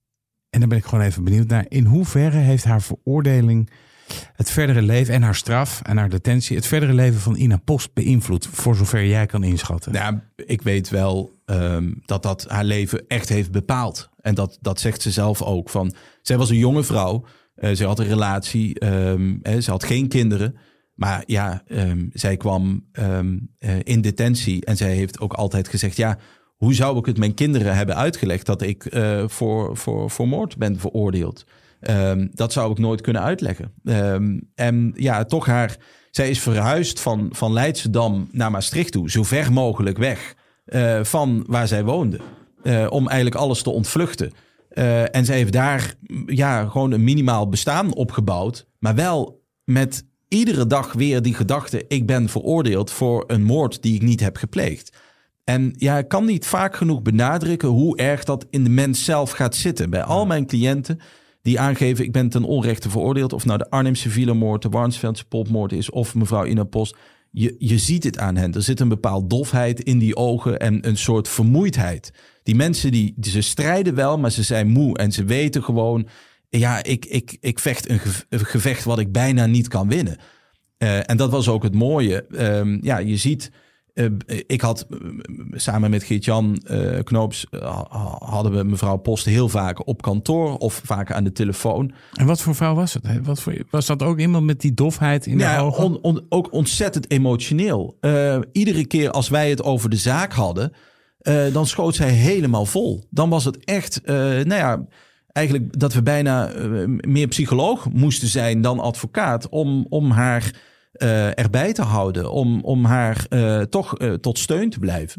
en dan ben ik gewoon even benieuwd naar... in hoeverre heeft haar veroordeling het verdere leven... en haar straf en haar detentie... het verdere leven van Ina Post beïnvloed... voor zover jij kan inschatten? Nou, ik weet wel um, dat dat haar leven echt heeft bepaald. En dat, dat zegt ze zelf ook. Van, zij was een jonge vrouw. Uh, ze had een relatie. Um, hè, ze had geen kinderen. Maar ja, um, zij kwam um, uh, in detentie. En zij heeft ook altijd gezegd... ja, hoe zou ik het mijn kinderen hebben uitgelegd... dat ik uh, voor, voor, voor moord ben veroordeeld? Um, dat zou ik nooit kunnen uitleggen. Um, en ja, toch haar... Zij is verhuisd van, van Leidschendam naar Maastricht toe. Zo ver mogelijk weg uh, van waar zij woonde. Uh, om eigenlijk alles te ontvluchten. Uh, en zij heeft daar ja, gewoon een minimaal bestaan opgebouwd. Maar wel met iedere dag weer die gedachte... ik ben veroordeeld voor een moord die ik niet heb gepleegd. En ja, ik kan niet vaak genoeg benadrukken... hoe erg dat in de mens zelf gaat zitten. Bij al mijn cliënten... die aangeven, ik ben ten onrechte veroordeeld. Of nou de Arnhemse Wielermoord, de Warnsveldse popmoord is, of mevrouw Ina Post. Je, je ziet het aan hen. Er zit een bepaald dofheid in die ogen en een soort vermoeidheid. Die mensen, die, die ze strijden wel, maar ze zijn moe. En ze weten gewoon, ja, ik, ik, ik vecht een gevecht wat ik bijna niet kan winnen. Uh, en dat was ook het mooie. Um, ja, je ziet, uh, ik had uh, samen met Geert-Jan uh, Knoops, uh, hadden we mevrouw Post heel vaak op kantoor of vaak aan de telefoon. En wat voor vrouw was het? Wat voor, was dat ook iemand met die dofheid in ja, de ogen? On, on, ook ontzettend emotioneel. Uh, iedere keer als wij het over de zaak hadden, uh, dan schoot zij helemaal vol. Dan was het echt, uh, nou ja, eigenlijk dat we bijna uh, meer psycholoog moesten zijn dan advocaat om, om haar uh, erbij te houden. Om, om haar uh, toch uh, tot steun te blijven.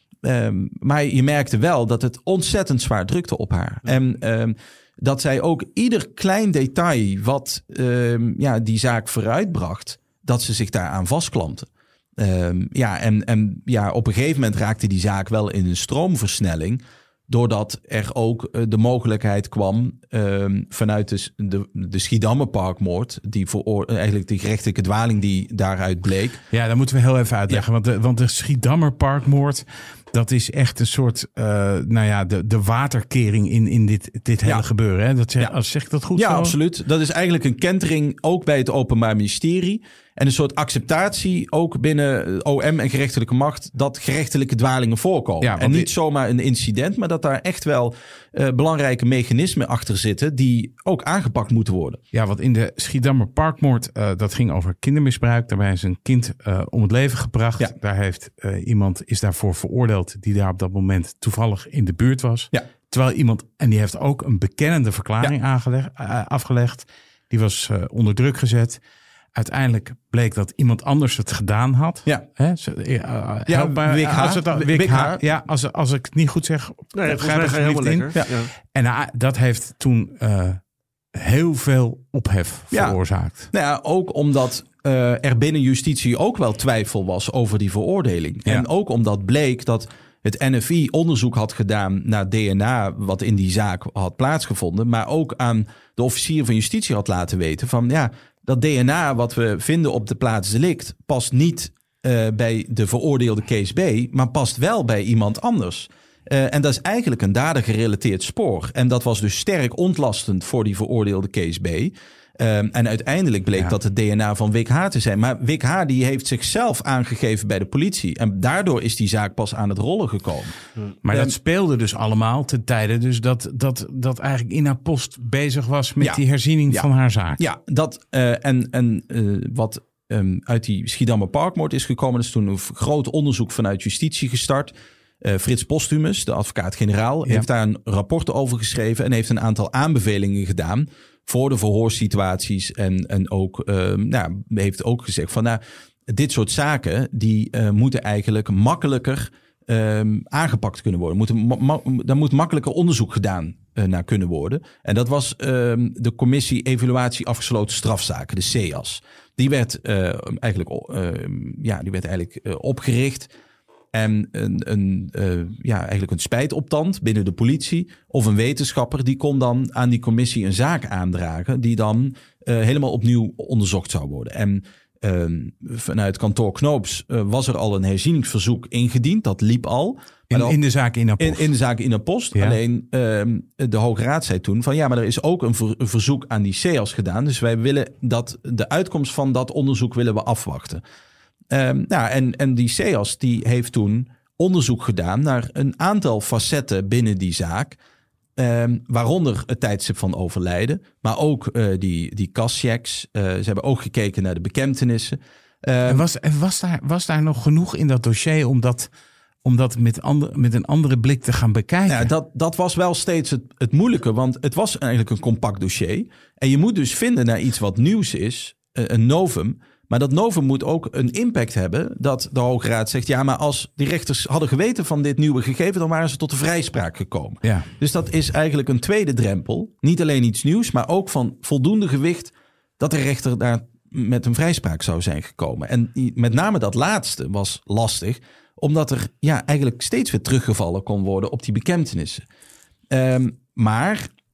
Um, maar je merkte wel dat het ontzettend zwaar drukte op haar. Ja. En um, dat zij ook ieder klein detail wat um, ja, die zaak vooruitbracht, dat ze zich daaraan vastklampte. Um, ja, en, en ja, op een gegeven moment raakte die zaak wel in een stroomversnelling. Doordat er ook uh, de mogelijkheid kwam um, vanuit de, de, de Schiedammerparkmoord, die voor eigenlijk de gerechtelijke dwaling die daaruit bleek. Ja, dat moeten we heel even uitleggen. Ja. Want de, want de Schiedammerparkmoord, dat is echt een soort, uh, nou ja, de, de waterkering in, in dit, dit hele ja. gebeuren. Hè? Dat zeg, ja. zeg ik dat goed? Ja, zo? Absoluut. Dat is eigenlijk een kentering ook bij het Openbaar Ministerie. En een soort acceptatie ook binnen O M en gerechtelijke macht dat gerechtelijke dwalingen voorkomen. Ja, en niet zomaar een incident, maar dat daar echt wel uh, belangrijke mechanismen achter zitten die ook aangepakt moeten worden. Ja, want in de Schiedammer Parkmoord, uh, dat ging over kindermisbruik. Daarbij is een kind uh, om het leven gebracht. Ja. Daar heeft uh, iemand is daarvoor veroordeeld die daar op dat moment toevallig in de buurt was. Ja. Terwijl iemand, en die heeft ook een bekennende verklaring ja. aangelegd, uh, afgelegd. Die was uh, onder druk gezet. Uiteindelijk bleek dat iemand anders het gedaan had. Ja, Hè? Uh, ja Wik H. Als, het, Wik H. Ja, als, als ik het niet goed zeg, nee, volgens mij ga je helemaal lekker. Ja. Ja. En uh, dat heeft toen uh, heel veel ophef ja. veroorzaakt. Nou ja, ook omdat uh, er binnen justitie ook wel twijfel was over die veroordeling. Ja. En ook omdat bleek dat het N F I onderzoek had gedaan naar D N A wat in die zaak had plaatsgevonden. Maar ook aan de officier van justitie had laten weten van ja, dat D N A wat we vinden op de plaats delict past niet uh, bij de veroordeelde Kees B, maar past wel bij iemand anders. Uh, en dat is eigenlijk een dadergerelateerd spoor. En dat was dus sterk ontlastend voor die veroordeelde Kees B. Um, en uiteindelijk bleek ja. dat het D N A van Wik H te zijn. Maar Wik H die heeft zichzelf aangegeven bij de politie. En daardoor is die zaak pas aan het rollen gekomen. Maar um, dat speelde dus allemaal ten tijde dus dat, dat, dat eigenlijk Ina Post bezig was met ja, die herziening ja, van haar zaak. Ja, dat uh, en, en uh, wat um, uit die Schiedammer Parkmoord is gekomen, is toen een groot onderzoek vanuit justitie gestart. Uh, Frits Postumus, de advocaat-generaal, ja. heeft daar een rapport over geschreven en heeft een aantal aanbevelingen gedaan voor de verhoorsituaties. En, en ook, uh, nou, heeft ook gezegd van nou, dit soort zaken die uh, moeten eigenlijk makkelijker uh, aangepakt kunnen worden. Moeten, ma- ma- daar moet makkelijker onderzoek gedaan uh, naar kunnen worden. En dat was uh, de commissie Evaluatie Afgesloten Strafzaken, de C E A S. Die werd, uh, eigenlijk, uh, ja, die werd eigenlijk uh, opgericht. En een, een, uh, ja, eigenlijk een spijtoptand binnen de politie of een wetenschapper die kon dan aan die commissie een zaak aandragen die dan uh, helemaal opnieuw onderzocht zou worden. En uh, vanuit kantoor Knoops uh, was er al een herzieningsverzoek ingediend. Dat liep al. In, in de zaak Ina Post. In, in de zaak Ina Post. Ja. Alleen uh, de Hoge Raad zei toen van ja, maar er is ook een, ver, een verzoek aan die C E A S gedaan. Dus wij willen dat de uitkomst van dat onderzoek willen we afwachten. Um, nou, en, en die C E A S die heeft toen onderzoek gedaan naar een aantal facetten binnen die zaak. Um, waaronder het tijdstip van overlijden. Maar ook uh, die, die kaschecks. Uh, ze hebben ook gekeken naar de bekentenissen. Um, en was, en was, daar, was daar nog genoeg in dat dossier om dat, om dat met, ander, met een andere blik te gaan bekijken? Nou, dat, dat was wel steeds het, het moeilijke. Want het was eigenlijk een compact dossier. En je moet dus vinden naar iets wat nieuws is. Uh, een novum. Maar dat novum moet ook een impact hebben dat de Hoge Raad zegt ja, maar als die rechters hadden geweten van dit nieuwe gegeven, dan waren ze tot de vrijspraak gekomen. Ja. Dus dat is eigenlijk een tweede drempel. Niet alleen iets nieuws, maar ook van voldoende gewicht dat de rechter daar met een vrijspraak zou zijn gekomen. En met name dat laatste was lastig, omdat er ja, eigenlijk steeds weer teruggevallen kon worden op die bekentenissen. Um, maar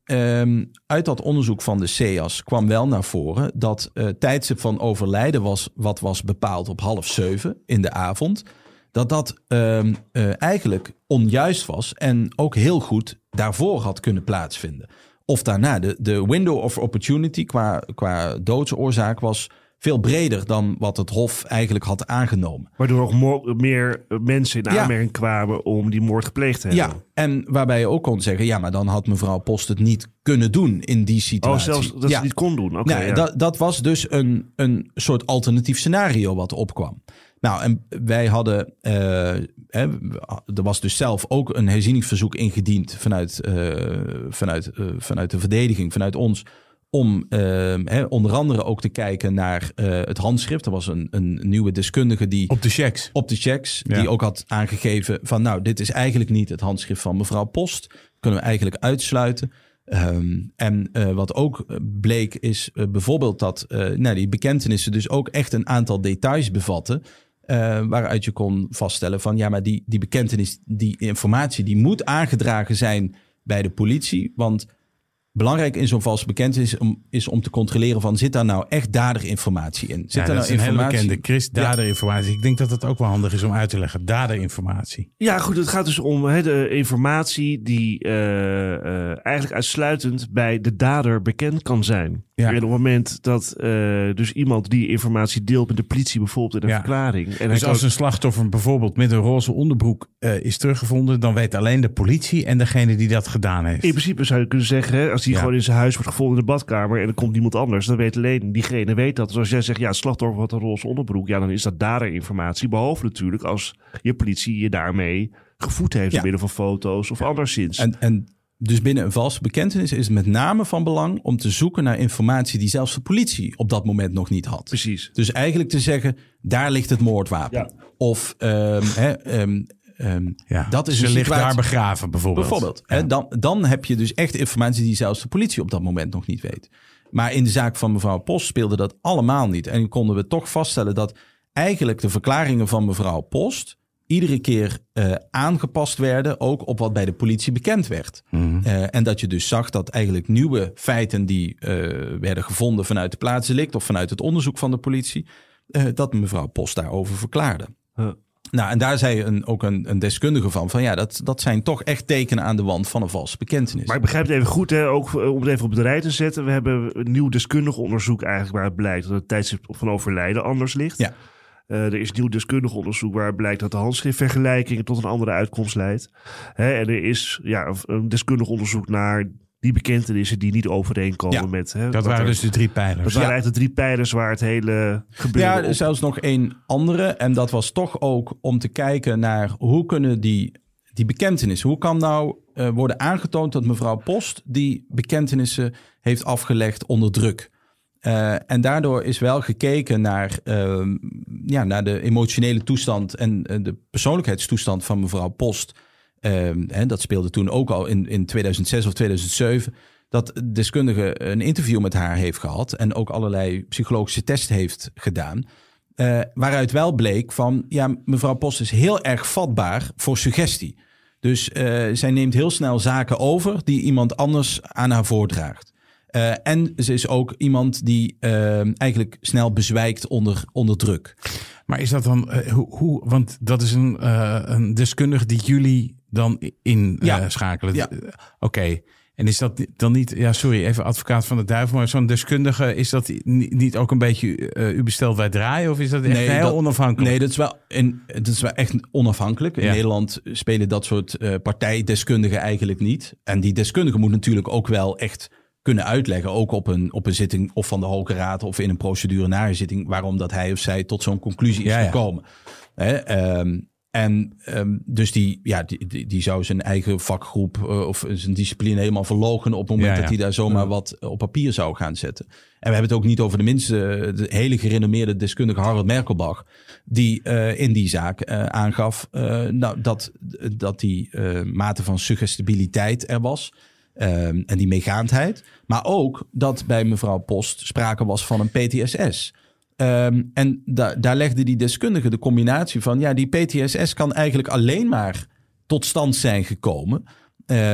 um, uit dat onderzoek van de C E A S kwam wel naar voren dat uh, tijdstip van overlijden was wat was bepaald op half zeven in de avond. Dat dat um, uh, eigenlijk onjuist was en ook heel goed daarvoor had kunnen plaatsvinden. Of daarna. De, de window of opportunity qua, qua doodsoorzaak was veel breder dan wat het Hof eigenlijk had aangenomen. Waardoor ook mo- meer mensen in aanmerking ja. kwamen om die moord gepleegd te hebben. Ja, en waarbij je ook kon zeggen, ja, maar dan had mevrouw Post het niet kunnen doen in die situatie. Oh, zelfs dat ja. ze niet kon doen. Okay, nou, ja. dat, dat was dus een, een soort alternatief scenario wat opkwam. Nou, en wij hadden, uh, hè, er was dus zelf ook een herzieningsverzoek ingediend vanuit, uh, vanuit, uh, vanuit de verdediging, vanuit ons, om uh, hè, onder andere ook te kijken naar uh, het handschrift. Er was een, een nieuwe deskundige die... Op de checks. Op de checks, ja. die ook had aangegeven van, nou, dit is eigenlijk niet het handschrift van mevrouw Post. Kunnen we eigenlijk uitsluiten. Um, en uh, wat ook bleek is uh, bijvoorbeeld dat uh, nou, die bekentenissen dus ook echt een aantal details bevatten. Uh, waaruit je kon vaststellen van ja, maar die, die bekentenis, die informatie, die moet aangedragen zijn bij de politie. Want belangrijk in zo'n valse bekentenis om, is om te controleren van zit daar nou echt daderinformatie in? Zit ja, daar dat nou is een informatie? hele bekende Chris, daderinformatie. Ja. Ik denk dat het ook wel handig is om uit te leggen. Daderinformatie. Ja, goed. Het gaat dus om he, de informatie die uh, uh, eigenlijk uitsluitend bij de dader bekend kan zijn. Ja. En op het moment dat uh, dus iemand die informatie deelt met de politie, bijvoorbeeld in een ja. verklaring. En dus als ook... een slachtoffer bijvoorbeeld met een roze onderbroek uh, is teruggevonden, dan weet alleen de politie en degene die dat gedaan heeft. In principe zou je kunnen zeggen, hè, als die ja. gewoon in zijn huis wordt gevonden in de badkamer en er komt niemand anders, dan weet alleen diegene weet dat. Dus als jij zegt, ja, het slachtoffer had een roze onderbroek, ja, dan is dat daderinformatie. Behalve natuurlijk als je politie je daarmee gevoed heeft ja. door middel van foto's of ja. anderszins. En, en dus binnen een valse bekentenis is het met name van belang om te zoeken naar informatie die zelfs de politie op dat moment nog niet had. Precies. Dus eigenlijk te zeggen, daar ligt het moordwapen. Ja. Of um, hè, um, um, ja, dat is ze een ligt situatie... daar begraven bijvoorbeeld. Bijvoorbeeld. Ja. Hè, dan, dan heb je dus echt informatie die zelfs de politie op dat moment nog niet weet. Maar in de zaak van mevrouw Post speelde dat allemaal niet. En konden we toch vaststellen dat eigenlijk de verklaringen van mevrouw Post iedere keer uh, aangepast werden, ook op wat bij de politie bekend werd. Mm-hmm. Uh, en dat je dus zag dat eigenlijk nieuwe feiten die uh, werden gevonden vanuit de plaatsdelict of vanuit het onderzoek van de politie, uh, dat mevrouw Post daarover verklaarde. Huh. Nou, en daar zei een, ook een, een deskundige van, van ja, dat, dat zijn toch echt tekenen aan de wand van een valse bekentenis. Maar ik begrijp het even goed, hè, ook om het even op de rij te zetten. We hebben een nieuw deskundig onderzoek eigenlijk waar het blijkt dat het tijdstip van overlijden anders ligt. Ja. Uh, er is nieuw deskundig onderzoek waar blijkt dat de handschriftvergelijking tot een andere uitkomst leidt. Hè, en er is ja, een deskundig onderzoek naar die bekentenissen die niet overeenkomen ja, met... Hè, dat waren er, dus de drie pijlers. Dat waren ja. eigenlijk de drie pijlers waar het hele gebeuren Ja, er is zelfs nog één andere. En dat was toch ook om te kijken naar hoe kunnen die, die bekentenissen... Hoe kan nou uh, worden aangetoond dat mevrouw Post die bekentenissen heeft afgelegd onder druk? Uh, en daardoor is wel gekeken naar, uh, ja, naar de emotionele toestand en uh, de persoonlijkheidstoestand van mevrouw Post. Uh, en dat speelde toen ook al in, in tweeduizend zes of tweeduizend zeven. Dat de deskundige een interview met haar heeft gehad en ook allerlei psychologische testen heeft gedaan. Uh, waaruit wel bleek van, ja, mevrouw Post is heel erg vatbaar voor suggestie. Dus uh, zij neemt heel snel zaken over die iemand anders aan haar voordraagt. Uh, en ze is ook iemand die uh, eigenlijk snel bezwijkt onder, onder druk. Maar is dat dan, uh, hoe, hoe, want dat is een, uh, een deskundige die jullie dan inschakelen. Ja. Uh, ja. Oké, okay. En is dat dan niet, ja sorry, even advocaat van de duivel, maar zo'n deskundige, is dat niet ook een beetje uh, u bestelt wij draaien? Of is dat echt nee, heel dat, onafhankelijk? Nee, dat is wel, in, dat is wel echt onafhankelijk. In ja. Nederland spelen dat soort uh, partijdeskundigen eigenlijk niet. En die deskundige moet natuurlijk ook wel echt kunnen uitleggen, ook op een, op een zitting of van de Hoge Raad of in een procedure na een zitting, waarom dat hij of zij tot zo'n conclusie is ja, gekomen. Ja. Hè, um, en um, dus die, ja, die, die, die zou zijn eigen vakgroep uh, of zijn discipline helemaal verloochenen op het moment ja, ja. dat hij daar zomaar ja. wat op papier zou gaan zetten. En we hebben het ook niet over de minste, de hele gerenommeerde deskundige Harold Merkelbach, die uh, in die zaak uh, aangaf uh, nou, dat, dat die uh, mate van suggestibiliteit er was. Um, en die meegaandheid. Maar ook dat bij mevrouw Post sprake was van een P T S S. Um, en da- daar legde die deskundige de combinatie van, ja, die P T S S kan eigenlijk alleen maar tot stand zijn gekomen Um,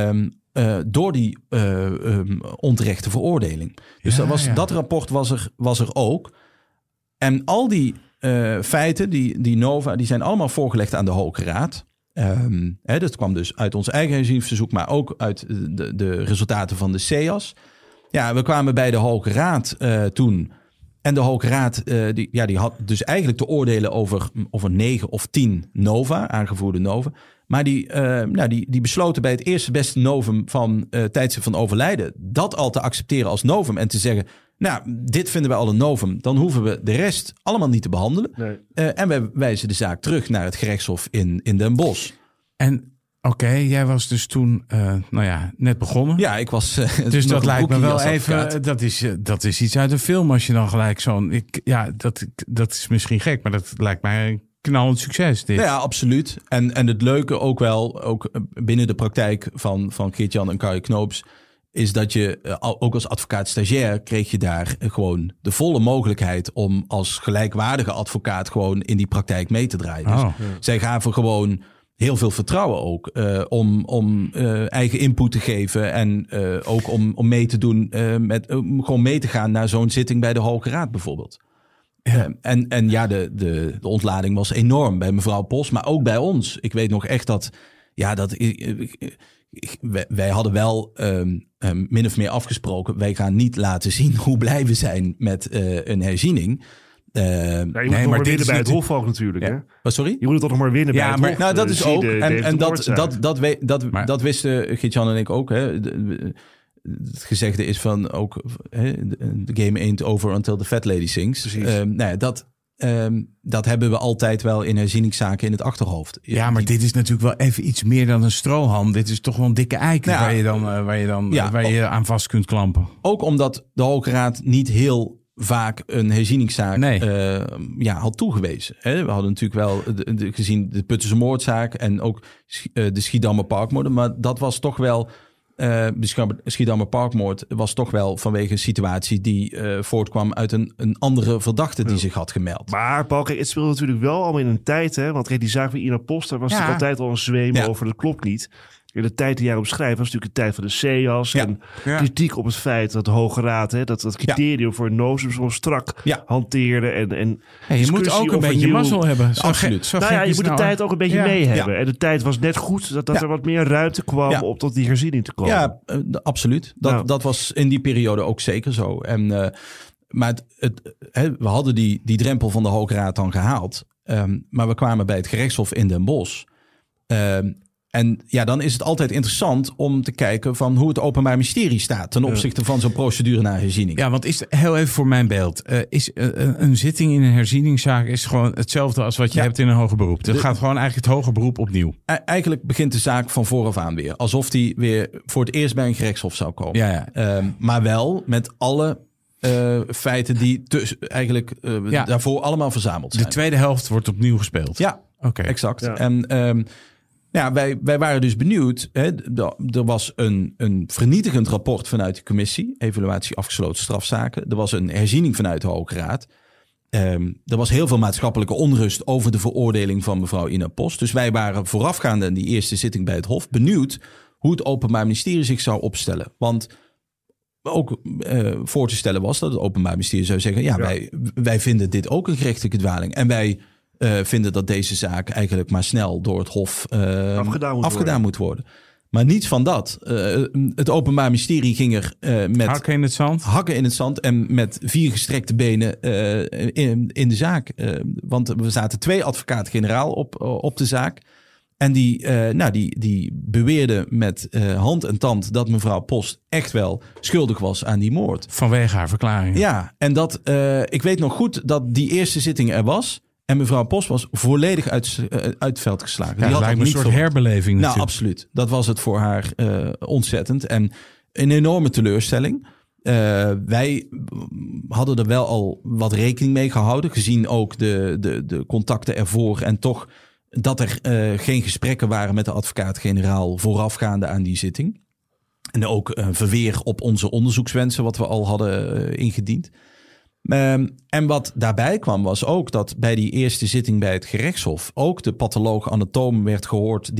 uh, door die uh, um, onterechte veroordeling. Dus Ja, dat, was, ja. dat rapport was er, was er ook. En al die uh, feiten, die, die Nova, die zijn allemaal voorgelegd aan de Hoge Raad. Um, hè, dat kwam dus uit ons eigen herzieningsverzoek, maar ook uit de, de resultaten van de C E A S. Ja, we kwamen bij de Hoge Raad uh, toen. En de Hoge Raad uh, die, ja, die had dus eigenlijk te oordelen over, over negen of tien Nova, aangevoerde Nova. Maar die, uh, nou, die, die besloten bij het eerste beste novum van uh, tijdstip van overlijden dat al te accepteren als novum en te zeggen, nou, dit vinden we al een novum. Dan hoeven we de rest allemaal niet te behandelen. Nee. Uh, en wij wijzen de zaak terug naar het gerechtshof in, in Den Bosch. En oké, okay, jij was dus toen, uh, nou ja, net begonnen. Ja, ik was. Uh, dus dat lijkt me wel als even. Dat is, uh, dat is iets uit een film als je dan gelijk zo'n. Ik, ja, dat, dat is misschien gek, maar dat lijkt mij een knallend succes. Dit. Nou ja, absoluut. En, en het leuke ook wel, ook binnen de praktijk van, van Geert-Jan en Karje Knoops, is dat je uh, ook als advocaat-stagiair kreeg je daar uh, gewoon de volle mogelijkheid om als gelijkwaardige advocaat gewoon in die praktijk mee te draaien. Dus Oh. zij gaven gewoon heel veel vertrouwen ook uh, om, om uh, eigen input te geven en uh, ook om, om mee te doen, uh, met, um, gewoon mee te gaan naar zo'n zitting bij de Hoge Raad bijvoorbeeld. Ja. Uh, en, en ja, de, de, de ontlading was enorm bij mevrouw Post, maar ook bij ons. Ik weet nog echt dat, ja, dat ik, ik, ik, wij, wij hadden wel um, um, min of meer afgesproken, wij gaan niet laten zien hoe blij we zijn met uh, een herziening. Uh, ja, je moet nee, nog maar maar dit winnen is bij het natuurlijk- Hof ook natuurlijk. Ja. Hè? Oh, sorry? Je moet het toch nog maar winnen Ja, bij het maar- Hof. Nou, dat Uh, is zie je ook. de- En, de en dat, moordzaak. dat, dat, we, dat, Maar- dat wisten Geert-Jan en ik ook. Hè. De- de- Het gezegde is van ook, hè, the game ain't over until the fat lady sings. Precies. Um, nou ja, dat, um, dat hebben we altijd wel in herzieningszaken in het achterhoofd. Ja, maar Die- dit is natuurlijk wel even iets meer dan een strohalm. Dit is toch wel een dikke eiken Ja. waar je dan, uh, waar je, dan Ja. uh, waar je aan vast kunt klampen. Ook omdat de Hoge Raad niet heel vaak een herzieningszaak Nee. uh, ja, had toegewezen. Hè? We hadden natuurlijk wel de, de, gezien de Puttense moordzaak en ook uh, de Schiedammer Parkmoord. Maar dat was toch wel, uh, de Schiedammer Parkmoord was toch wel vanwege een situatie die uh, voortkwam uit een, een andere verdachte die Ja. zich had gemeld. Maar Paul, kijk, het speelde natuurlijk wel allemaal in een tijd. Hè? Want kijk, die zaak van Ina Post, daar was Ja. natuurlijk altijd al een zweem Ja. over. Dat klopt niet. In de tijd die jij omschrijft was natuurlijk de tijd van de C E A S. Ja. En Ja. kritiek op het feit dat de Hoge Raad hè, dat, dat criterium voor een novum zo strak Ja. hanteerde. En, en Hey, je moet discussie ook een over beetje nieuw- mazzel hebben. Zo Absoluut. gek- zo Nou gek ja, je is moet de nou, tijd ook een beetje Ja. mee hebben. Ja. En de tijd was net goed dat, dat Ja. er wat meer ruimte kwam Ja. om tot die herziening te komen. Ja, uh, absoluut. Dat, Nou. dat was in die periode ook zeker zo. En, uh, maar het, het, hè, we hadden die, die drempel van de Hoge Raad dan gehaald. Um, maar we kwamen bij het gerechtshof in Den Bosch. Um, en ja, dan is het altijd interessant om te kijken van hoe het Openbaar Ministerie staat ten opzichte van zo'n procedure naar herziening. Ja, want is heel even voor mijn beeld. Uh, is uh, een zitting in een herzieningszaak is gewoon hetzelfde als wat je Ja. hebt in een hoger beroep. Het De- gaat gewoon eigenlijk het hoger beroep opnieuw. E- eigenlijk begint de zaak van vooraf aan weer. Alsof die weer voor het eerst bij een gerechtshof zou komen. Ja, ja. Um, maar wel met alle uh, feiten die tuss- eigenlijk uh, Ja. daarvoor allemaal verzameld De zijn. tweede helft wordt opnieuw gespeeld. Ja, Oké. exact. Ja. En um, ja, wij, wij waren dus benieuwd. Hè, d- er was een, een vernietigend rapport vanuit de commissie. Evaluatie afgesloten strafzaken. Er was een herziening vanuit de Hoge Raad. Um, er was heel veel maatschappelijke onrust over de veroordeling van mevrouw Ina Post. Dus wij waren voorafgaande aan die eerste zitting bij het Hof benieuwd hoe het Openbaar Ministerie zich zou opstellen. Want ook uh, voor te stellen was dat het Openbaar Ministerie zou zeggen, ja, Ja. Wij, wij vinden dit ook een gerechtelijke dwaling. En wij uh, vinden dat deze zaak eigenlijk maar snel door het Hof uh, Afgedaan moet afgedaan worden. moet worden. Maar niets van dat. Uh, het Openbaar Ministerie ging er uh, met Hakken in het zand. hakken in het zand en met vier gestrekte benen uh, in, in de zaak. Uh, want er zaten twee advocaat-generaal op, uh, op de zaak. En die, uh, nou, die, die beweerden met uh, hand en tand dat mevrouw Post echt wel schuldig was aan die moord. Vanwege haar verklaring. Ja, en dat, uh, ik weet nog goed dat die eerste zitting er was. En mevrouw Post was volledig uit, uh, uit het veld geslagen. Ja, die dat had lijkt me dat een niet soort verwacht. herbeleving Nou, natuurlijk. absoluut. Dat was het voor haar uh, ontzettend. En een enorme teleurstelling. Uh, wij hadden er wel al wat rekening mee gehouden. Gezien ook de, de, de contacten ervoor. En toch dat er uh, geen gesprekken waren met de advocaat-generaal voorafgaande aan die zitting. En ook uh, verweer op onze onderzoekswensen wat we al hadden uh, ingediend. Um, en wat daarbij kwam was ook dat bij die eerste zitting bij het gerechtshof ook de patholoog-anatoom werd gehoord die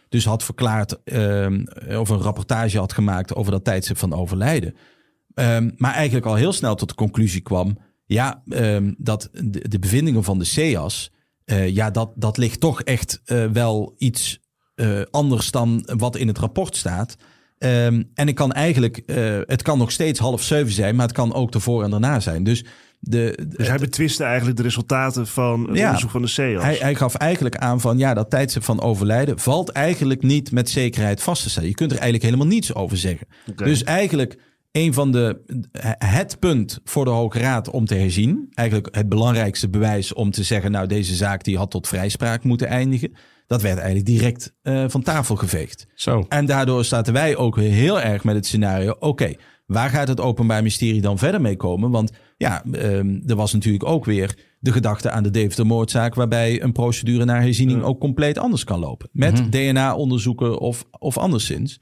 dus had verklaard um, of een rapportage had gemaakt over dat tijdstip van overlijden. Um, maar eigenlijk al heel snel tot de conclusie kwam, ja, um, dat de, de bevindingen van de C E A S, uh, ja, dat, dat ligt toch echt uh, wel iets uh, anders dan wat in het rapport staat. Um, en ik kan eigenlijk, uh, het kan nog steeds half zeven zijn, maar het kan ook ervoor en daarna zijn. Dus, de, de, dus hij betwiste eigenlijk de resultaten van het ja, onderzoek van de C E A S. Hij, hij gaf eigenlijk aan van, ja, dat tijdstip van overlijden valt eigenlijk niet met zekerheid vast te stellen. Je kunt er eigenlijk helemaal niets over zeggen. Okay. Dus eigenlijk een van de, het punt voor de Hoge Raad om te herzien, eigenlijk het belangrijkste bewijs om te zeggen, nou, deze zaak die had tot vrijspraak moeten eindigen. Dat werd eigenlijk direct uh, van tafel geveegd. Zo. En daardoor zaten wij ook heel erg met het scenario, oké, okay, waar gaat het Openbaar Ministerie dan verder mee komen? Want ja, um, er was natuurlijk ook weer de gedachte aan de Deventer-moordzaak, waarbij een procedure naar herziening ook compleet anders kan lopen. Met mm-hmm. D N A-onderzoeken of, of anderszins.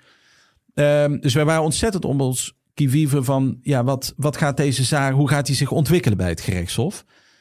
Um, dus wij waren ontzettend om ons qui-vive van, ja, wat, wat gaat deze zaak, hoe gaat die zich ontwikkelen bij het gerechtshof?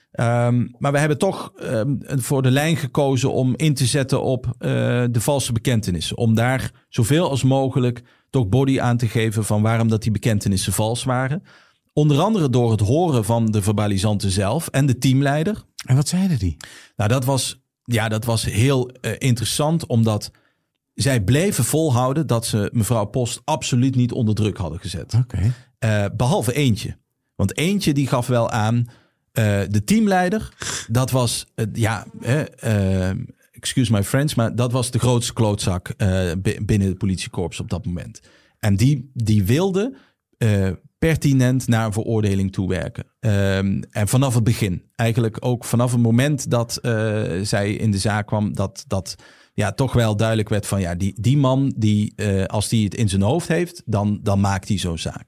Um, maar we hebben toch um, voor de lijn gekozen om in te zetten op uh, de valse bekentenissen. Om daar zoveel als mogelijk toch body aan te geven van waarom dat die bekentenissen vals waren. Onder andere door het horen van de verbalisanten zelf en de teamleider. En wat zeiden die? Nou, dat was, ja, dat was heel uh, interessant, omdat zij bleven volhouden dat ze mevrouw Post absoluut niet onder druk hadden gezet. Okay. Uh, behalve eentje. Want eentje die gaf wel aan, uh, de teamleider, dat was, uh, ja, uh, uh, excuse my French, maar dat was de grootste klootzak uh, binnen het politiekorps op dat moment. En die, die wilde uh, pertinent naar een veroordeling toewerken. Um, en vanaf het begin, eigenlijk ook vanaf het moment dat uh, zij in de zaak kwam, dat dat ja, toch wel duidelijk werd van, ja, die, die man, die, uh, als die het in zijn hoofd heeft, dan, dan maakt hij zo'n zaak.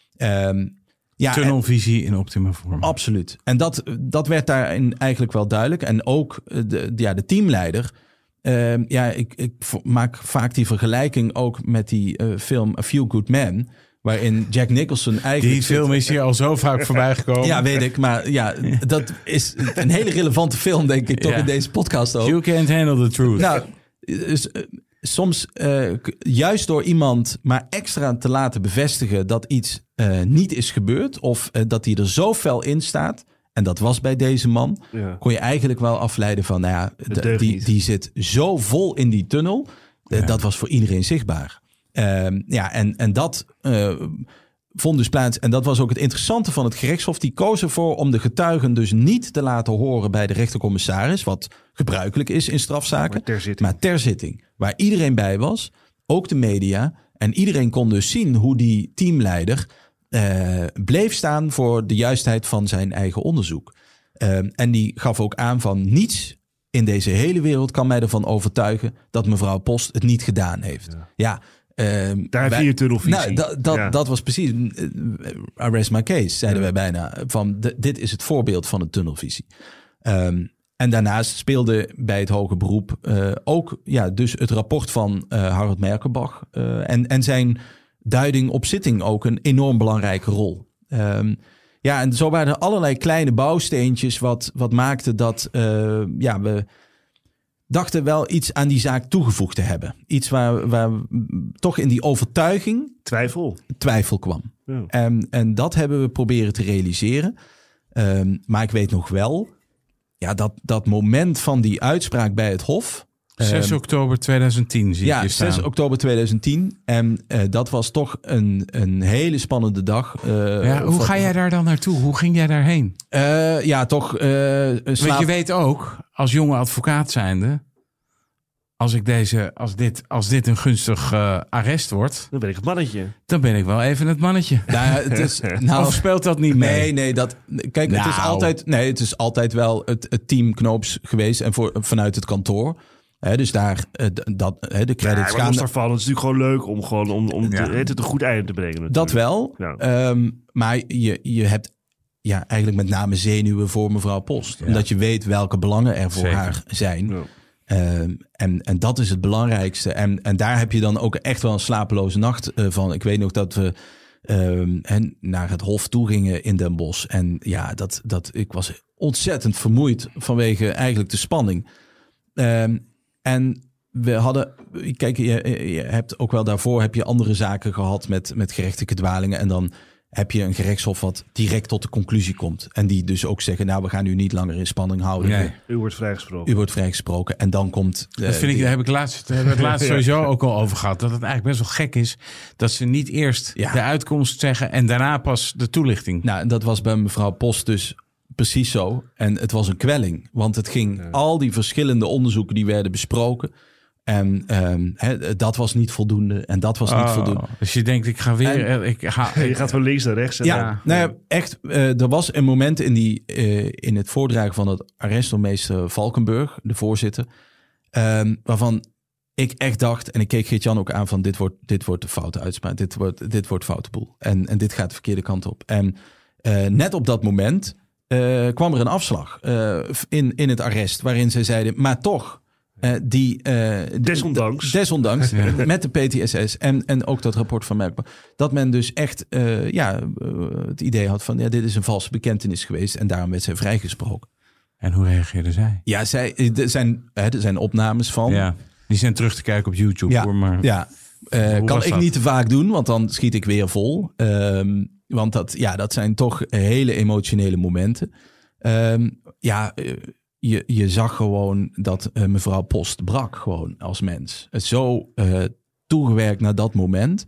Um, ja, Tunnelvisie in optima vorm. Absoluut. En dat, dat werd daarin eigenlijk wel duidelijk. En ook de, de, ja, de teamleider. Uh, ja, ik, ik maak vaak die vergelijking ook met die uh, film A Few Good Men, waarin Jack Nicholson eigenlijk... Die film is hier al zo vaak voorbij gekomen. Ja, weet ik. Maar ja, dat is een hele relevante film, denk ik, toch, ja, in deze podcast ook. You can't handle the truth. Nou, dus, uh, soms uh, juist door iemand maar extra te laten bevestigen dat iets uh, niet is gebeurd, of uh, dat hij er zo fel in staat, en dat was bij deze man, ja, kon je eigenlijk wel afleiden van, nou ja, d- die, die zit zo vol in die tunnel. Uh, ja. Dat was voor iedereen zichtbaar. Uh, ja, en, en dat uh, vond dus plaats. En dat was ook het interessante van het gerechtshof. Die koos ervoor om de getuigen dus niet te laten horen bij de rechtercommissaris, wat gebruikelijk is in strafzaken, maar ter zitting, maar ter zitting, waar iedereen bij was, ook de media. En iedereen kon dus zien hoe die teamleider uh, bleef staan voor de juistheid van zijn eigen onderzoek. Uh, en die gaf ook aan van, niets in deze hele wereld kan mij ervan overtuigen dat mevrouw Post het niet gedaan heeft. Ja, ja. Uh, Daar heb je je tunnelvisie. Nou, dat, dat, ja. dat was precies, uh, arrest my case, zeiden ja. wij bijna. Van de, dit is het voorbeeld van een tunnelvisie. Um, en daarnaast speelde bij het hoge beroep uh, ook ja, dus het rapport van uh, Harold Merkelbach uh, en, en zijn duiding op zitting ook een enorm belangrijke rol. Um, ja, en zo waren er allerlei kleine bouwsteentjes wat, wat maakte dat uh, ja, we dachten wel iets aan die zaak toegevoegd te hebben. Iets waar, waar toch in die overtuiging twijfel, twijfel kwam. Ja. En, en dat hebben we proberen te realiseren. Um, maar ik weet nog wel, ja, dat, dat moment van die uitspraak bij het Hof. zes oktober tweeduizend tien zie ja, je staan. zes oktober tweeduizend tien. En uh, dat was toch een, een hele spannende dag. Uh, ja, hoe van, ga jij daar dan naartoe? Hoe ging jij daarheen? Uh, ja, toch... Uh, slaap... Want je weet ook, als jonge advocaat zijnde, als ik deze, als dit, als dit een gunstig uh, arrest wordt, dan ben ik het mannetje. Dan ben ik wel even het mannetje. Nou, het is, nou, of speelt dat niet mee? Nee, nee, dat. Kijk, nou. het is altijd, nee, het is altijd wel het, het team Knoops geweest en voor vanuit het kantoor. He, dus daar, uh, dat, he, de credits ja, gaan. Daarvan, het is natuurlijk gewoon leuk om gewoon om, om ja. de, het een goed einde te brengen. Natuurlijk. Dat wel. Ja. Um, maar je, je hebt ja, eigenlijk met name zenuwen voor mevrouw Post, ja. omdat je weet welke belangen er voor Zeker. haar zijn. Ja. Um, en, en dat is het belangrijkste. En, en daar heb je dan ook echt wel een slapeloze nacht uh, van. Ik weet nog dat we um, en naar het Hof toe gingen in Den Bosch. En ja, dat, dat, ik was ontzettend vermoeid vanwege eigenlijk de spanning. Um, en we hadden, kijk, je, je hebt ook wel daarvoor heb je andere zaken gehad met, met gerechtelijke dwalingen. En dan heb je een gerechtshof wat direct tot de conclusie komt. En die dus ook zeggen, nou, we gaan u niet langer in spanning houden. Nee. U wordt vrijgesproken. U wordt vrijgesproken. En dan komt... Uh, Dat vind ik, daar heb ik laatst, daar heb ik het laatst sowieso ook al over gehad. Dat het eigenlijk best wel gek is dat ze niet eerst Ja. de uitkomst zeggen en daarna pas de toelichting. Nou, dat was bij mevrouw Post dus precies zo. En het was een kwelling. Want het ging Ja. al die verschillende onderzoeken die werden besproken. En um, he, dat was niet voldoende. En dat was niet Oh, voldoende. Dus je denkt, ik ga weer... En- ik ga, Je gaat van links naar rechts. En Ja, dan- nou ja, echt. Uh, er was een moment in, die, uh, in het voordragen van het arrest door meester Valkenburg, de voorzitter, um, waarvan ik echt dacht, en ik keek Geert-Jan ook aan van dit wordt, dit wordt de foute uitspraak, dit wordt, dit wordt foute boel. En, en dit gaat de verkeerde kant op. En uh, net op dat moment uh, kwam er een afslag uh, in, in het arrest, waarin zij zeiden, maar toch... Uh, die, uh, Desondanks. Desondanks, ja. Met de P T S S en, en ook dat rapport van Merkman. Dat men dus echt uh, ja, uh, het idee had van... Ja, dit is een valse bekentenis geweest en daarom werd zij vrijgesproken. En hoe reageerde zij? Ja, zij, er, zijn, hè, er zijn opnames van. Ja, die zijn terug te kijken op YouTube. Ja, hoor, maar ja. Uh, kan was ik dat? niet te vaak doen, want dan schiet ik weer vol. Um, want dat, ja, dat zijn toch hele emotionele momenten. Um, ja... Uh, Je, je zag gewoon dat uh, mevrouw Post brak gewoon als mens. Zo uh, toegewerkt naar dat moment.